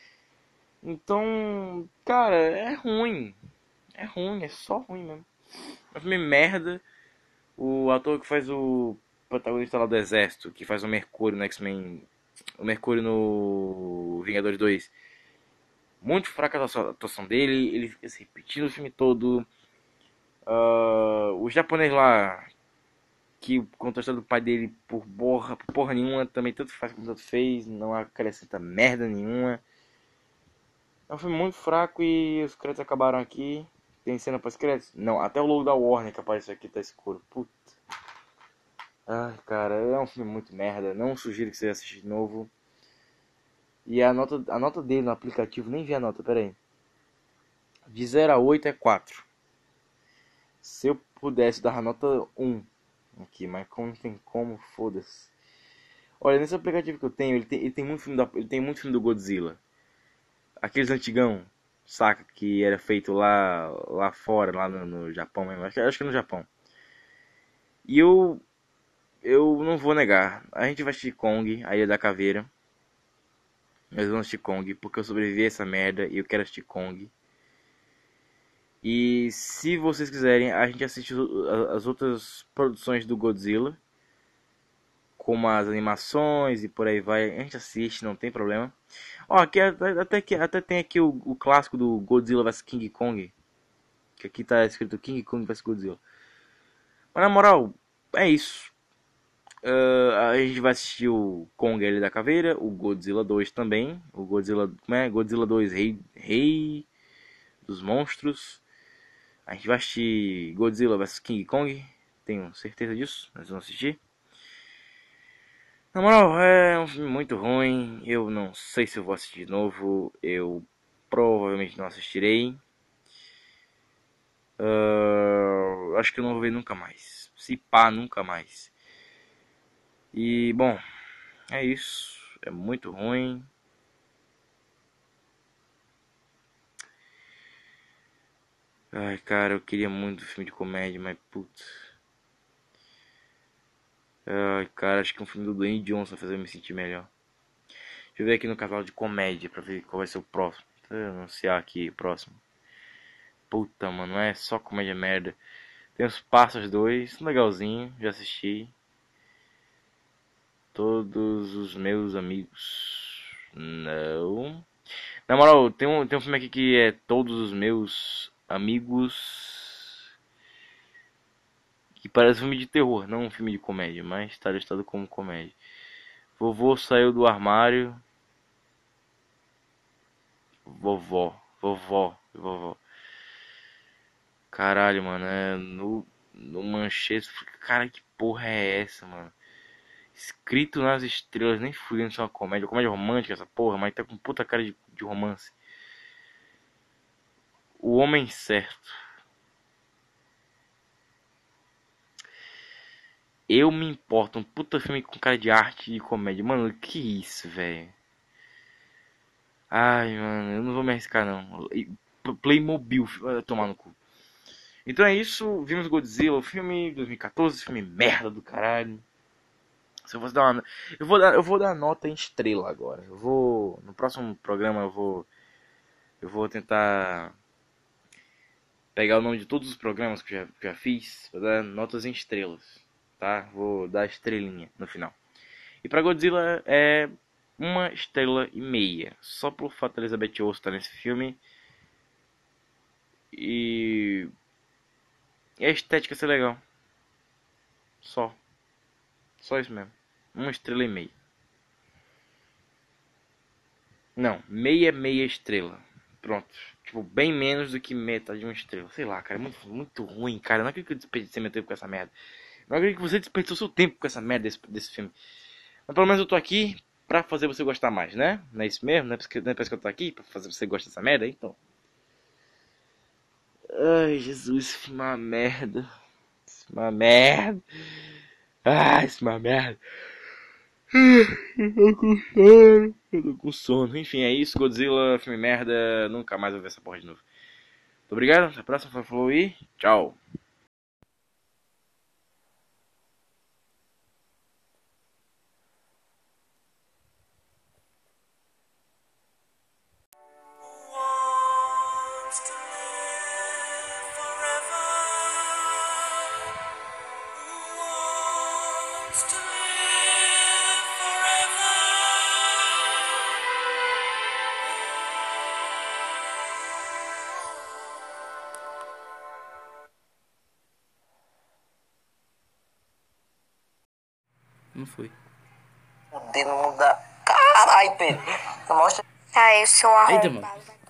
Então, cara, é ruim. É ruim, é só ruim mesmo. É um filme merda. O ator que faz o protagonista lá do Exército, que faz o Mercúrio no X-Men, o Mercúrio no Vingadores dois, muito fraca a atuação dele, ele fica se repetindo o filme todo. Uh, o japonês lá, que contou a história do pai dele por porra, por porra nenhuma, também tanto faz como tanto fez, não acrescenta merda nenhuma. É um filme muito fraco e os créditos acabaram aqui. Tem cena pós-créditos? Não, até o logo da Warner que apareceu aqui tá escuro. Puta. Ai, cara, é um filme muito merda. Não sugiro que você assista de novo. E a nota, a nota dele no aplicativo, nem vi a nota, pera aí. De zero a oito é quatro. Se eu pudesse dar a nota um aqui, mas como não tem como, foda-se. Olha, nesse aplicativo que eu tenho, ele tem, ele tem muito filme da, ele tem muito filme do Godzilla. Aqueles antigão, saca? Que era feito lá, lá fora, lá no, no Japão mesmo. Acho, que- acho que é no Japão. E eu, eu não vou negar. A gente vai assistir Kong, a Ilha da Caveira. Nós vamos assistir Kong, porque eu sobrevivi a essa merda e eu quero assistir Kong. E se vocês quiserem, a gente assiste as outras produções do Godzilla, como as animações e por aí vai. A gente assiste, não tem problema. Ó, aqui até, até, que, até tem aqui o, o clássico do Godzilla vs King Kong. Que aqui tá escrito King Kong vs Godzilla. Mas na moral, é isso. Uh, a gente vai assistir o Kong L da Caveira, o Godzilla dois também. O Godzilla, como é? Godzilla dois Rei, Rei dos Monstros. A gente vai assistir Godzilla vs King Kong. Tenho certeza disso. Nós vamos assistir. Na moral, é um filme muito ruim. Eu não sei se eu vou assistir de novo. Eu provavelmente não assistirei. Uh, acho que eu não vou ver nunca mais. Se pá, nunca mais. E, bom, é isso. É muito ruim. Ai, cara, eu queria muito filme de comédia, mas putz. Ai, cara, acho que um filme do Dwayne Johnson vai fazer eu me sentir melhor. Deixa eu ver aqui no canal de comédia pra ver qual vai ser o próximo. Deixa eu anunciar aqui o próximo. Puta, mano, não é só comédia merda. Tem os Pássaros dois, legalzinho, já assisti. Todos os meus amigos. Não. Na moral, tem um, tem um filme aqui que é Todos os Meus Amigos. Que parece um filme de terror, não um filme de comédia, mas está listado como comédia. Vovô saiu do armário. Vovó, vovó, vovó. Caralho, mano, é no, no manchete. Cara, que porra é essa, mano? Escrito nas estrelas, nem fui isso é uma comédia. Comédia romântica essa porra, mas tá com puta cara de, de romance. O Homem Certo. Eu me importo, um puta filme com cara de arte e de comédia. Mano, que isso, velho? Ai, mano, eu não vou me arriscar não. Playmobil, vai tomar no cu. Então é isso, vimos Godzilla, o filme dois mil e quatorze, filme merda do caralho. Se eu fosse dar uma, eu vou dar, eu vou dar nota em estrela agora. Eu vou, no próximo programa eu vou, eu vou tentar pegar o nome de todos os programas que eu já, que eu já fiz, vou dar notas em estrelas, tá? Vou dar estrelinha no final. E pra Godzilla é uma estrela e meia, só pelo fato da Elizabeth Olsen estar nesse filme e a estética ser legal. Só. Só isso mesmo. Uma estrela e meia. Não, meia meia estrela. Pronto. Tipo, bem menos do que metade de uma estrela. Sei lá, cara. É muito, muito ruim, cara. Eu não acredito que eu desperdicei meu tempo com essa merda. Eu não acredito que você desperdiçou seu tempo com essa merda desse, desse filme. Mas pelo menos eu tô aqui pra fazer você gostar mais, né? Não é isso mesmo? Não é porque, não é porque eu tô aqui pra fazer você gostar dessa merda? Então. Ai, Jesus. Esse filme é uma merda. Esse filme é uma merda. Ai, esse filme é uma merda. Eu tô com sono. Eu tô com sono. Enfim, é isso. Godzilla, filme merda. Nunca mais vou ver essa porra de novo. Muito obrigado. Até a próxima. Falou e tchau. Wants to live forever? Who wants to live forever? Não foi. O dedo não dá. Caralho, Pedro. Mostra. Tá, eu sou Eita, arrombado. mano.